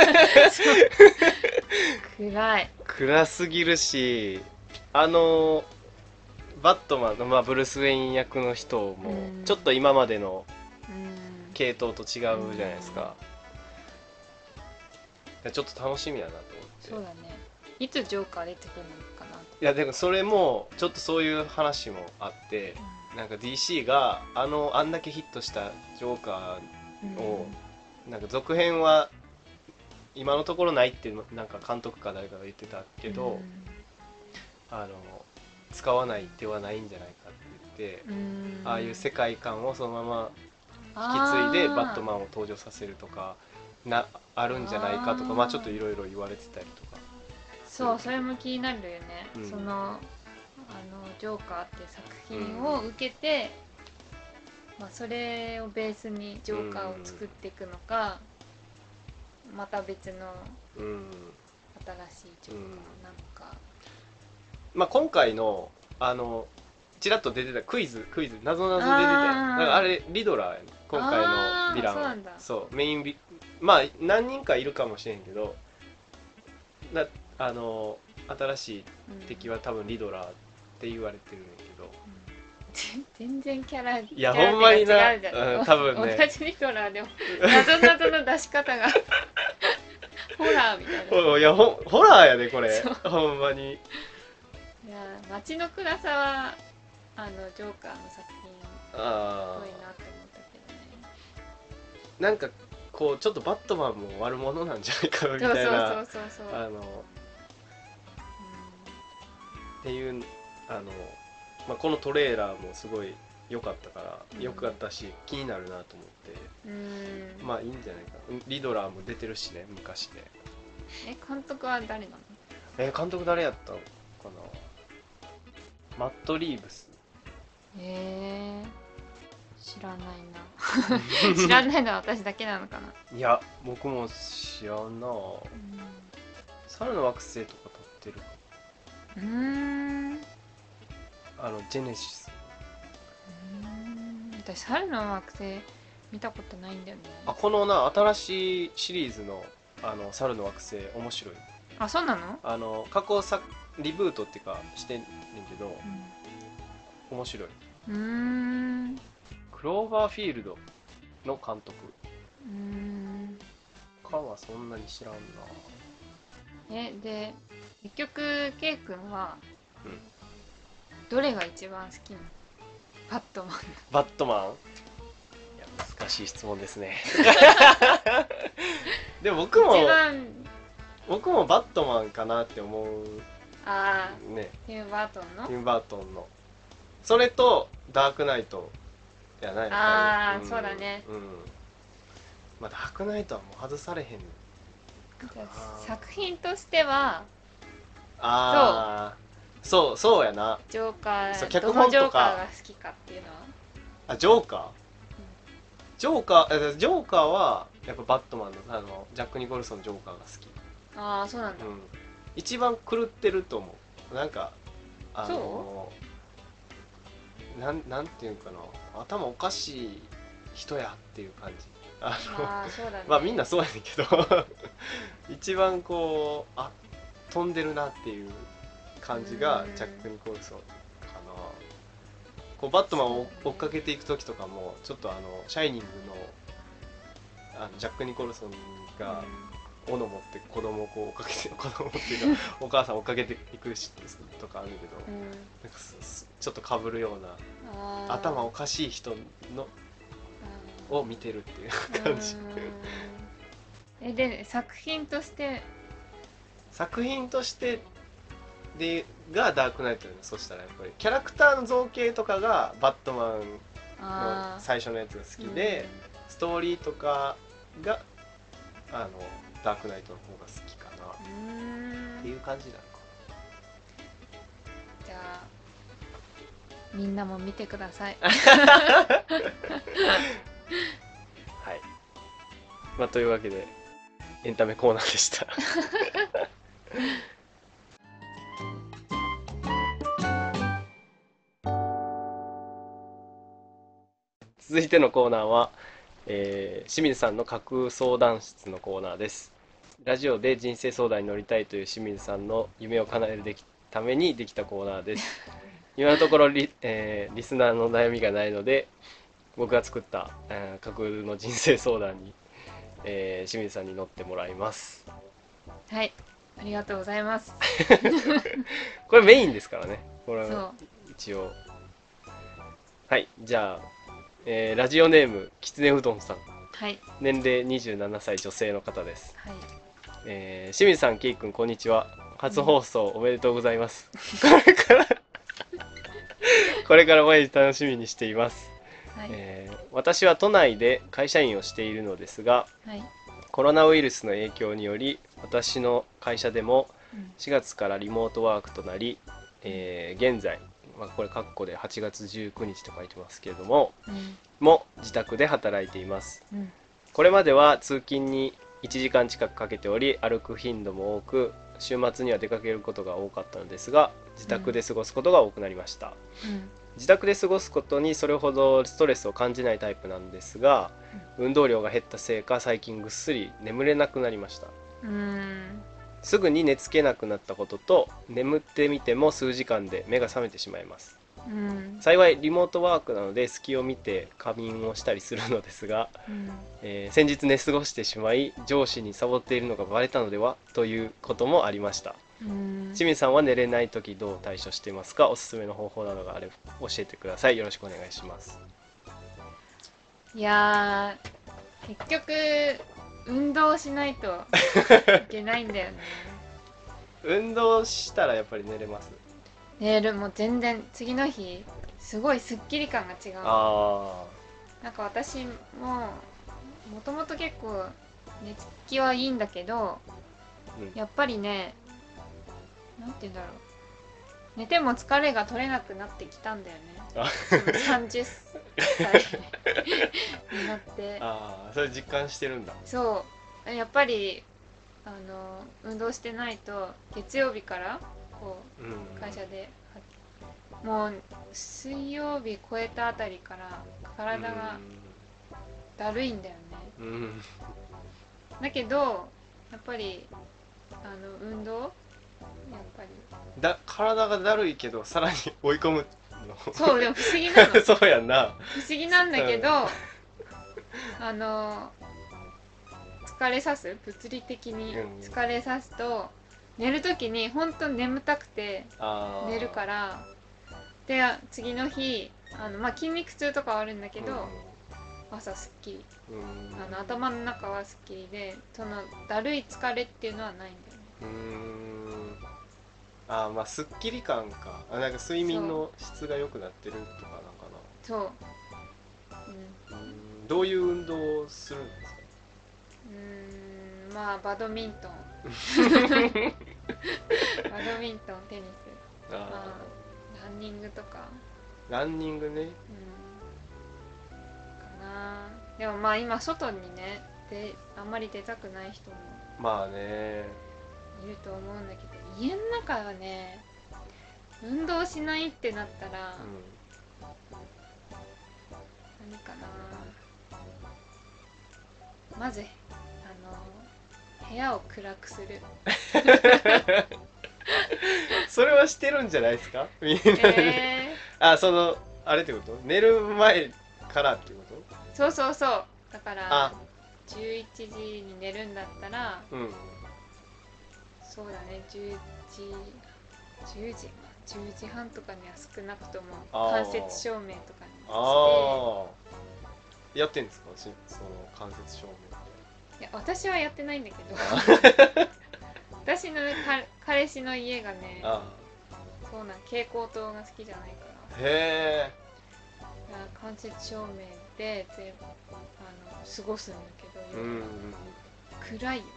暗すぎるし、バットマンの、ブルース・ウェイン役の人もちょっと今までの系統と違うじゃないですか。ちょっと楽しみだなと思って。 そうだね。いつジョーカー出てくるのかな。 いやでもそれもちょっとそういう話もあって、なんか DC があんだけヒットしたジョーカーを、なんか続編は今のところないってなんか監督か誰かが言ってたけど、使わない手はないんじゃないかって言って、ああいう世界観をそのまま引き継いでバットマンを登場させるとかあるんじゃないかとか、まあちょっといろいろ言われてたりとか。 そう、それも気になるよね。そのジョーカーっていう作品を受けて、まあそれをベースにジョーカーを作っていくのか、また別の新しいジョーカーなのか。 まあ今回のちらっと出てたクイズなぞなぞ出てたよ。だからあれリドラーやね、今回のヴィランは。そうメインまあ何人かいるかもしれんけど、新しい敵は多分リドラーって言われてるんだけど、 全然キャラいやキャラほんまになが違うじゃん、 うん多分ね同じリトラーでも謎々の出し方がホラーみたいな。 いやホラーやでこれそうほんまに。 いや街の暗さはジョーカーの作品っぽいなとあ思ったけどね。 あなんかこうちょっとバットマンも悪者なんじゃないかみそうそうたいなそう、 っていうまあ、このトレーラーもすごい良かったから良かったし気になるなと思って、まあいいんじゃないかな。リドラーも出てるしね昔ね。 監督は誰なの？ 監督誰やったのかな。マット・リーブス。 知らないな知らないのは私だけなのかな。 いや僕も知らんな。猿の惑星とか撮ってる。ジェネシス。 私猿の惑星見たことないんだよね。 このな新しいシリーズの猿の惑星面白い。 あ、そうなの？ 過去作リブートっていうかしてんねんけど、面白い。クローバーフィールドの監督。他はそんなに知らんな。 で結局 K 君はどれが一番好きなの？バットマン。 バットマン。いや難しい質問ですねでも僕もバットマンかなって思うね。 ティム・バートンの？ ティム・バートンのそれとダークナイトやないやっぱり。 そうだね。 まあダークナイトはもう外されへんかな。 作品としてはそうやな。 ジョーカー、 脚どのジョ本とかーカーが好きかっていうのはジョーカー、ジョーカーはやっぱバットマンのジャック・ニコルソンのジョーカーが好き。 そうなんだ。 一番狂ってると思う。なんかなんていうんかな、頭おかしい人やっていう感じ。 そうだね。 まあみんなそうやねんけど一番こう飛んでるなっていう感じがジャック・ニコルソンかな。こうバットマンを追っかけていく時とかもちょっとシャイニングのジャック・ニコルソンが斧持って子供をこう追っかけて、子供っていうかお母さん追っかけていくしとかあるけど、なんかちょっとかぶるような頭おかしい人のを見てるっていう感じで作品としてがダークナイトだよね。そしたらやっぱりキャラクターの造形とかがバットマンの最初のやつが好きで、ストーリーとかがダークナイトの方が好きかなっていう感じなのか。 じゃあみんなも見てくださいはい、まあ、というわけでエンタメコーナーでした続いてのコーナーは、清水さんの架空相談室のコーナーです。ラジオで人生相談に乗りたいという清水さんの夢を叶えるためにできたコーナーです。今のところリスナーの悩みがないので、僕が作った、架空の人生相談に、清水さんに乗ってもらいます。 はい、ありがとうございますこれメインですからね。これそう一応はい。じゃあ、ラジオネームきつねうどんさん、 はい、 年齢27歳女性の方です。 はい、 清水さん、けいくん、こんにちは。初放送おめでとうございます。これから毎日楽しみにしています。 はい、 私は都内で会社員をしているのですが、 はい、 コロナウイルスの影響により私の会社でも4月からリモートワークとなり、現在、これ括弧で8月19日と書いてますけれども、も自宅で働いています。これまでは通勤に1時間近くかけており、歩く頻度も多く、週末には出かけることが多かったのですが、自宅で過ごすことが多くなりました。自宅で過ごすことにそれほどストレスを感じないタイプなんですが、運動量が減ったせいか最近ぐっすり眠れなくなりました。すぐに寝つけなくなったことと、眠ってみても数時間で目が覚めてしまいます。 うん幸いリモートワークなので隙を見て仮眠をしたりするのですが、先日寝過ごしてしまい上司にサボっているのがバレたのではということもありました。清水さんは寝れない時どう対処していますか？おすすめの方法などがあれば教えてください。よろしくお願いします。 いやー、結局運動しないといけないんだよね。 運動したらやっぱり寝れます？ 寝るもう全然次の日すごいスッキリ感が違う。 あなんか私ももともと結構寝つきはいいんだけど、やっぱりね、なんて言うんだろう、寝ても疲れが取れなくなってきたんだよね。30歳になって。 それ実感してるんだ。 そうやっぱり運動してないと月曜日からこう会社で、もう水曜日超えたあたりから体がだるいんだよね。だけどやっぱり運動やっぱり体がだるいけどさらに追い込むの。 そうでも不思議なのそうやんな。 不思議なんだけど、疲れさす、物理的に疲れさすと、寝る時に本当に眠たくて寝るから、で次の日筋肉痛とかはあるんだけど、朝すっきり、頭の中はすっきりで、そのだるい疲れっていうのはないんだよね。 まあすっきり感か。なんか睡眠の質が良くなってるとかなんかな。 そう、 どういう運動をするんですか？ まあバドミントンバドミントン、テニス、ランニングとか。 ランニングね。 かな。でもまあ今外にねあんまり出たくない人もまあねいると思うんだけど、家の中はね運動しないってなったら、何かな。まず部屋を暗くする。 それはしてるんじゃないですかみんな。あれってこと？寝る前からってこと？ そうそうそう。だから11時に寝るんだったら、そうだね、10時半とかには少なくとも間接照明とかにしてやってんですか？その間接照明って。 いや私はやってないんだけど私の彼氏の家がね、そうなん蛍光灯が好きじゃないから、 へえ、 間接照明で過ごすんだけど、暗いよ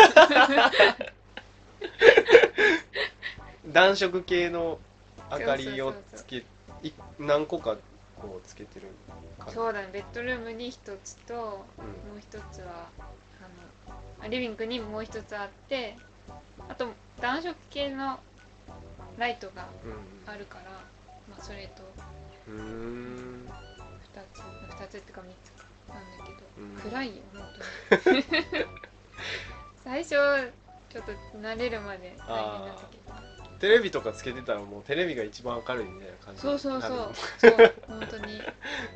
暖色系の明かりを何個かこうつけてる感じ。 そうだね、ベッドルームに一つと、もう一つはリビングにもう一つあって、あと暖色系のライトがあるから、まあそれと2つっていうか3つなんだけど、暗いよ本当に最初ちょっと慣れるまで大変だったけど、 テレビとかつけてたらもうテレビが一番明るいみたいな感じ。 そう本当に、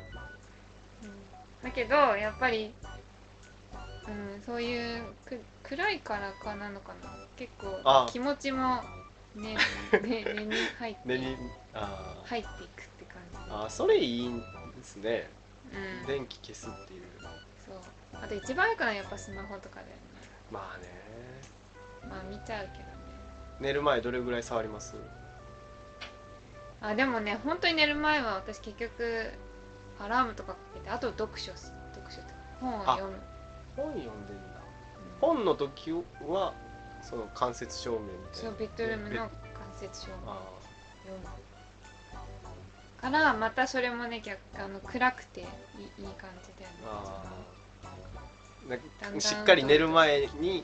だけどやっぱりそういう暗いからかなのかな、結構気持ちも根に入っていくって感じ。 それいいんですね。電気消すっていう。 そう、あと一番良くないやっぱスマホとかだよね。 まあね、 まあ見ちゃうけどね。 寝る前どれぐらい触ります？ でもね、本当に寝る前は私結局アラームとかかけて、あと読書って本を読む。 本読んでんだ。本の時はその間接照明みたいな。 そう、ベッドルームの間接照明読むからまたそれもね、暗くていい感じだよね。 しっかり寝る前に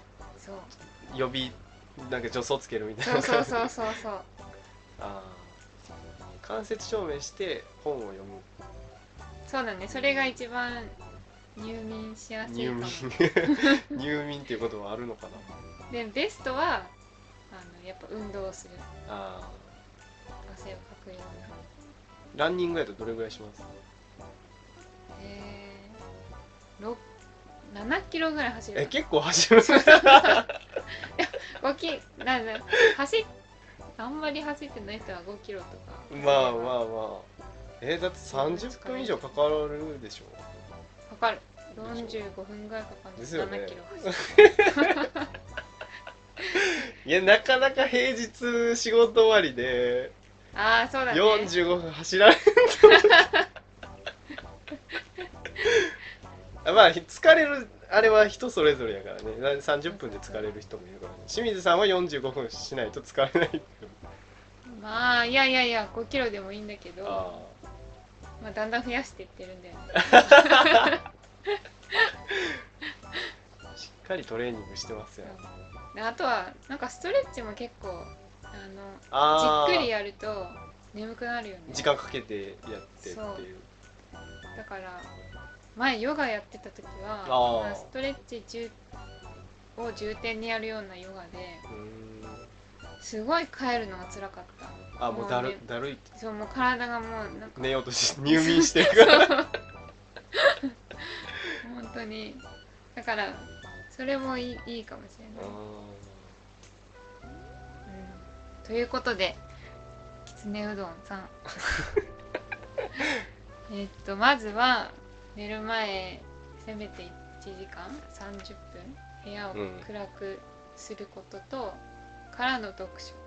なんか助走つけるみたいな。 そう間接照明して本を読む。 そうだね、それが一番入眠しやすいかも。 入眠っていうことはあるのかな。 でベストはやっぱ運動をする。汗をかくような。 ランニングやとどれぐらいします？ 7キロぐらい走る。 結構走る。 5キなんだあんまり走ってない人は5キロとか。 まあまあまあ。だって30分以上かかるでしょ。 かかる。45分ぐらいかかる。 ですよね。 7キロ走る。 いや、なかなか平日仕事終わりでああ、そうだね。 45分走られる。まあ疲れるあれは人それぞれやからね。30分で疲れる人もいるからね。清水さんは45分しないと疲れない。 まあいや5キロでもいいんだけど、まあだんだん増やしていってるんだよね。 しっかりトレーニングしてますよ。 あとはなんかストレッチも結構じっくりやると眠くなるよね。 時間かけてやってっていう。 だから前ヨガやってた時はストレッチを重点にやるようなヨガですごい帰るのが辛かった。 もうだるいって。 そう、もう体がもうなんか寝ようとし入眠してるから本当に。だからそれもいいかもしれない。ということできつねうどんさんまずは寝る前せめて1時間30分部屋を暗くすることと、からの読書、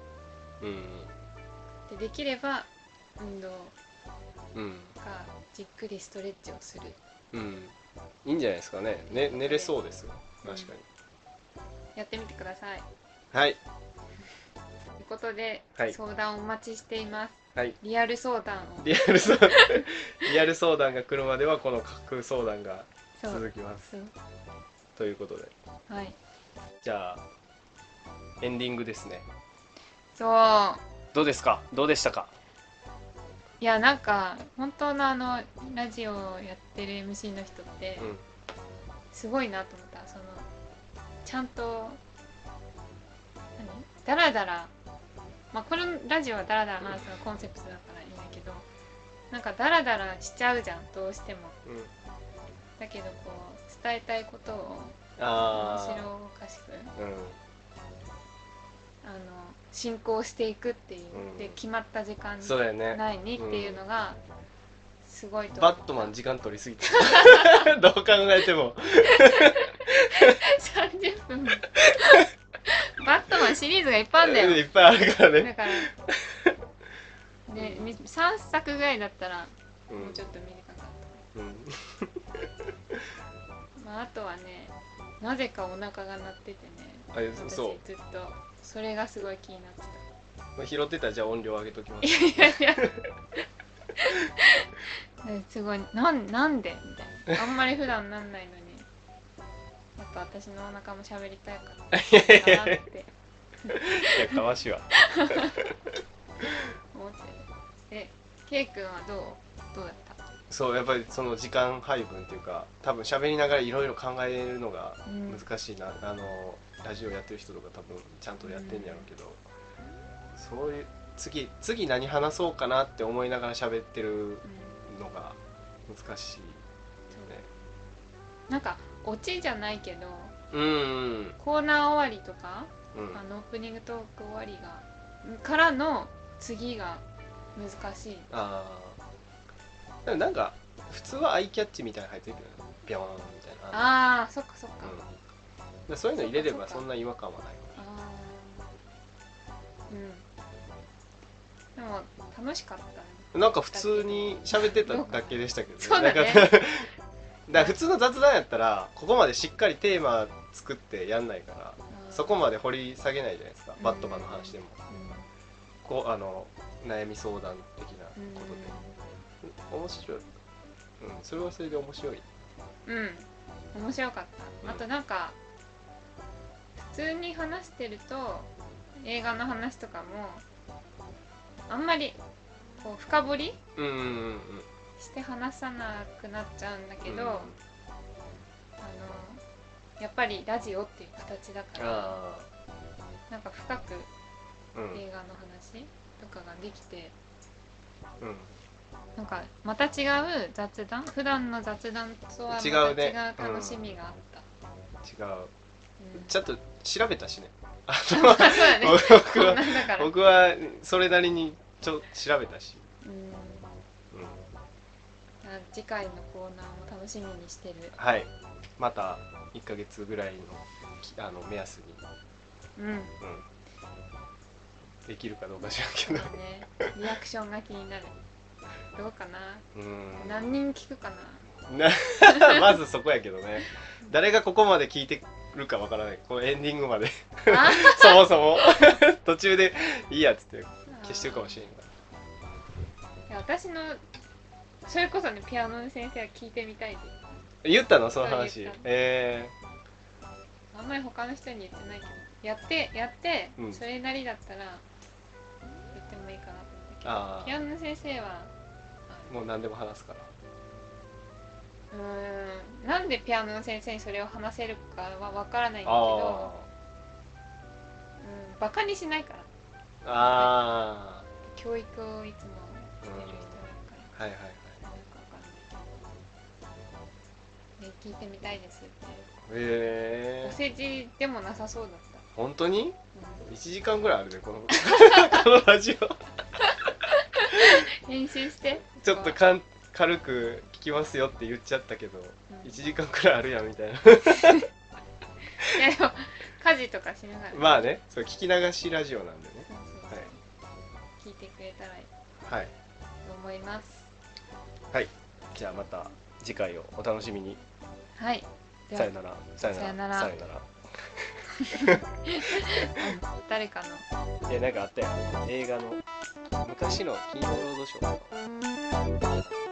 できれば運動かじっくりストレッチをする、 いいんじゃないですかね。寝れそうですよ。確かに、 やってみてください。 はい。 ということで、相談お待ちしています。リアル相談を。リアル相談が来るまではこの架空相談が続きます。ということで、じゃあエンディングですね。どうですか？どうでしたか？ いや、なんか本当のラジオをやってる MC の人ってすごいなと思った。ちゃんとダラダラ、まあこのラジオはダラダラ話すのがコンセプトだからいいんだけど、なんかダラダラしちゃうじゃん、どうしても。だけどこう伝えたいことを面白おかしく進行していくっていう、で決まった時間内にっていうのがすごいと思う。 バットマン時間取りすぎてどう考えても 30分バットマンシリーズがいっぱいあるんだよ。 いっぱいあるからね。 だからね、3作ぐらいだったらもうちょっと短かった、あとはね、なぜかお腹が鳴っててね、私ずっとそれがすごい気になってた。拾ってたらじゃあ音量上げときます。 すごいなんでみたいな。あんまり普段なんないのにやっぱ私のお腹も喋りたいからなって。 いや、かわしいわ思ってる。ケイ君はどうだった？ そう、やっぱりその時間配分っていうか、多分喋りながらいろいろ考えるのが難しいな、ラジオやってる人とか多分ちゃんとやってんやろうけど、そういう次何話そうかなって思いながら喋ってるのが難しい、ね。 なんかオチじゃないけど、コーナー終わりとか、オープニングトーク終わりからの次が難しい。 なんか普通はアイキャッチみたいなの入ってるけど、ビョーンみたいな。 そっかそっか、 そういうの入れればそんな違和感はない。 でも楽しかったね。 なんか普通に喋ってただけでしたけどね。 そうだね。 だ普通の雑談やったらここまでしっかりテーマ作ってやんないから、そこまで掘り下げないじゃないですか。バットマンの話でも、こう悩み相談的なことで面白い。それはそれで面白い。 面白かった。あとなんか普通に話してると映画の話とかもあんまりこう深掘りして話さなくなっちゃうんだけど、やっぱりラジオっていう形だからなんか深く映画の話とかができて、 なんかまた違う雑談、普段の雑談とはまた違う違うね楽しみがあった、 違う、 うんちょっと調べたしねそうだね僕はこんなんだから、 僕はそれなりに調べたし、 うん、 うん、 次回のコーナーも楽しみにしてる。 はいまた1ヶ月ぐらいの目安に、 うん、 うん、できるかどうか知らんけど、 そうね、リアクションが気になる。どうかな、 うん何人聞くかな。 まずそこやけどね、誰がここまで聞いてるかわからない、このエンディングまであそもそも途中でいいやつって消してるかもしれんかいや私のそれこそね、ピアノの先生は聞いてみたいで、 ら。言ったのそのそう話？ 言ったあんまり他の人に言ってないけど、やって、 うんそれなりだったら言ってもいいかなと思ったけど、 あピアノの先生はもう何でも話すから。 なんでピアノの先生にそれを話せるかは分からないんだけあど、バカにしないから、 あ教育をいつもしてる人だから、 はいはいはい。 なんか分かんないけど、聞いてみたいですって。お世辞でもなさそうだった。 本当にうん、 1時間ぐらいあるねこのこのラジオ編集してちょっと軽く聞きますよって言っちゃったけど、 うん 1時間くらいあるやんみたいないやでも家事とかしながら、 まあね、そう聞き流しラジオなんでね。 そうそうそう、聞いてくれたらはいと思います。 はい、じゃあまた次回をお楽しみに。 はい、ではさよならさよならさよならさよなら。 誰かのなんかあったやん、映画の昔の金曜ロードショーかな。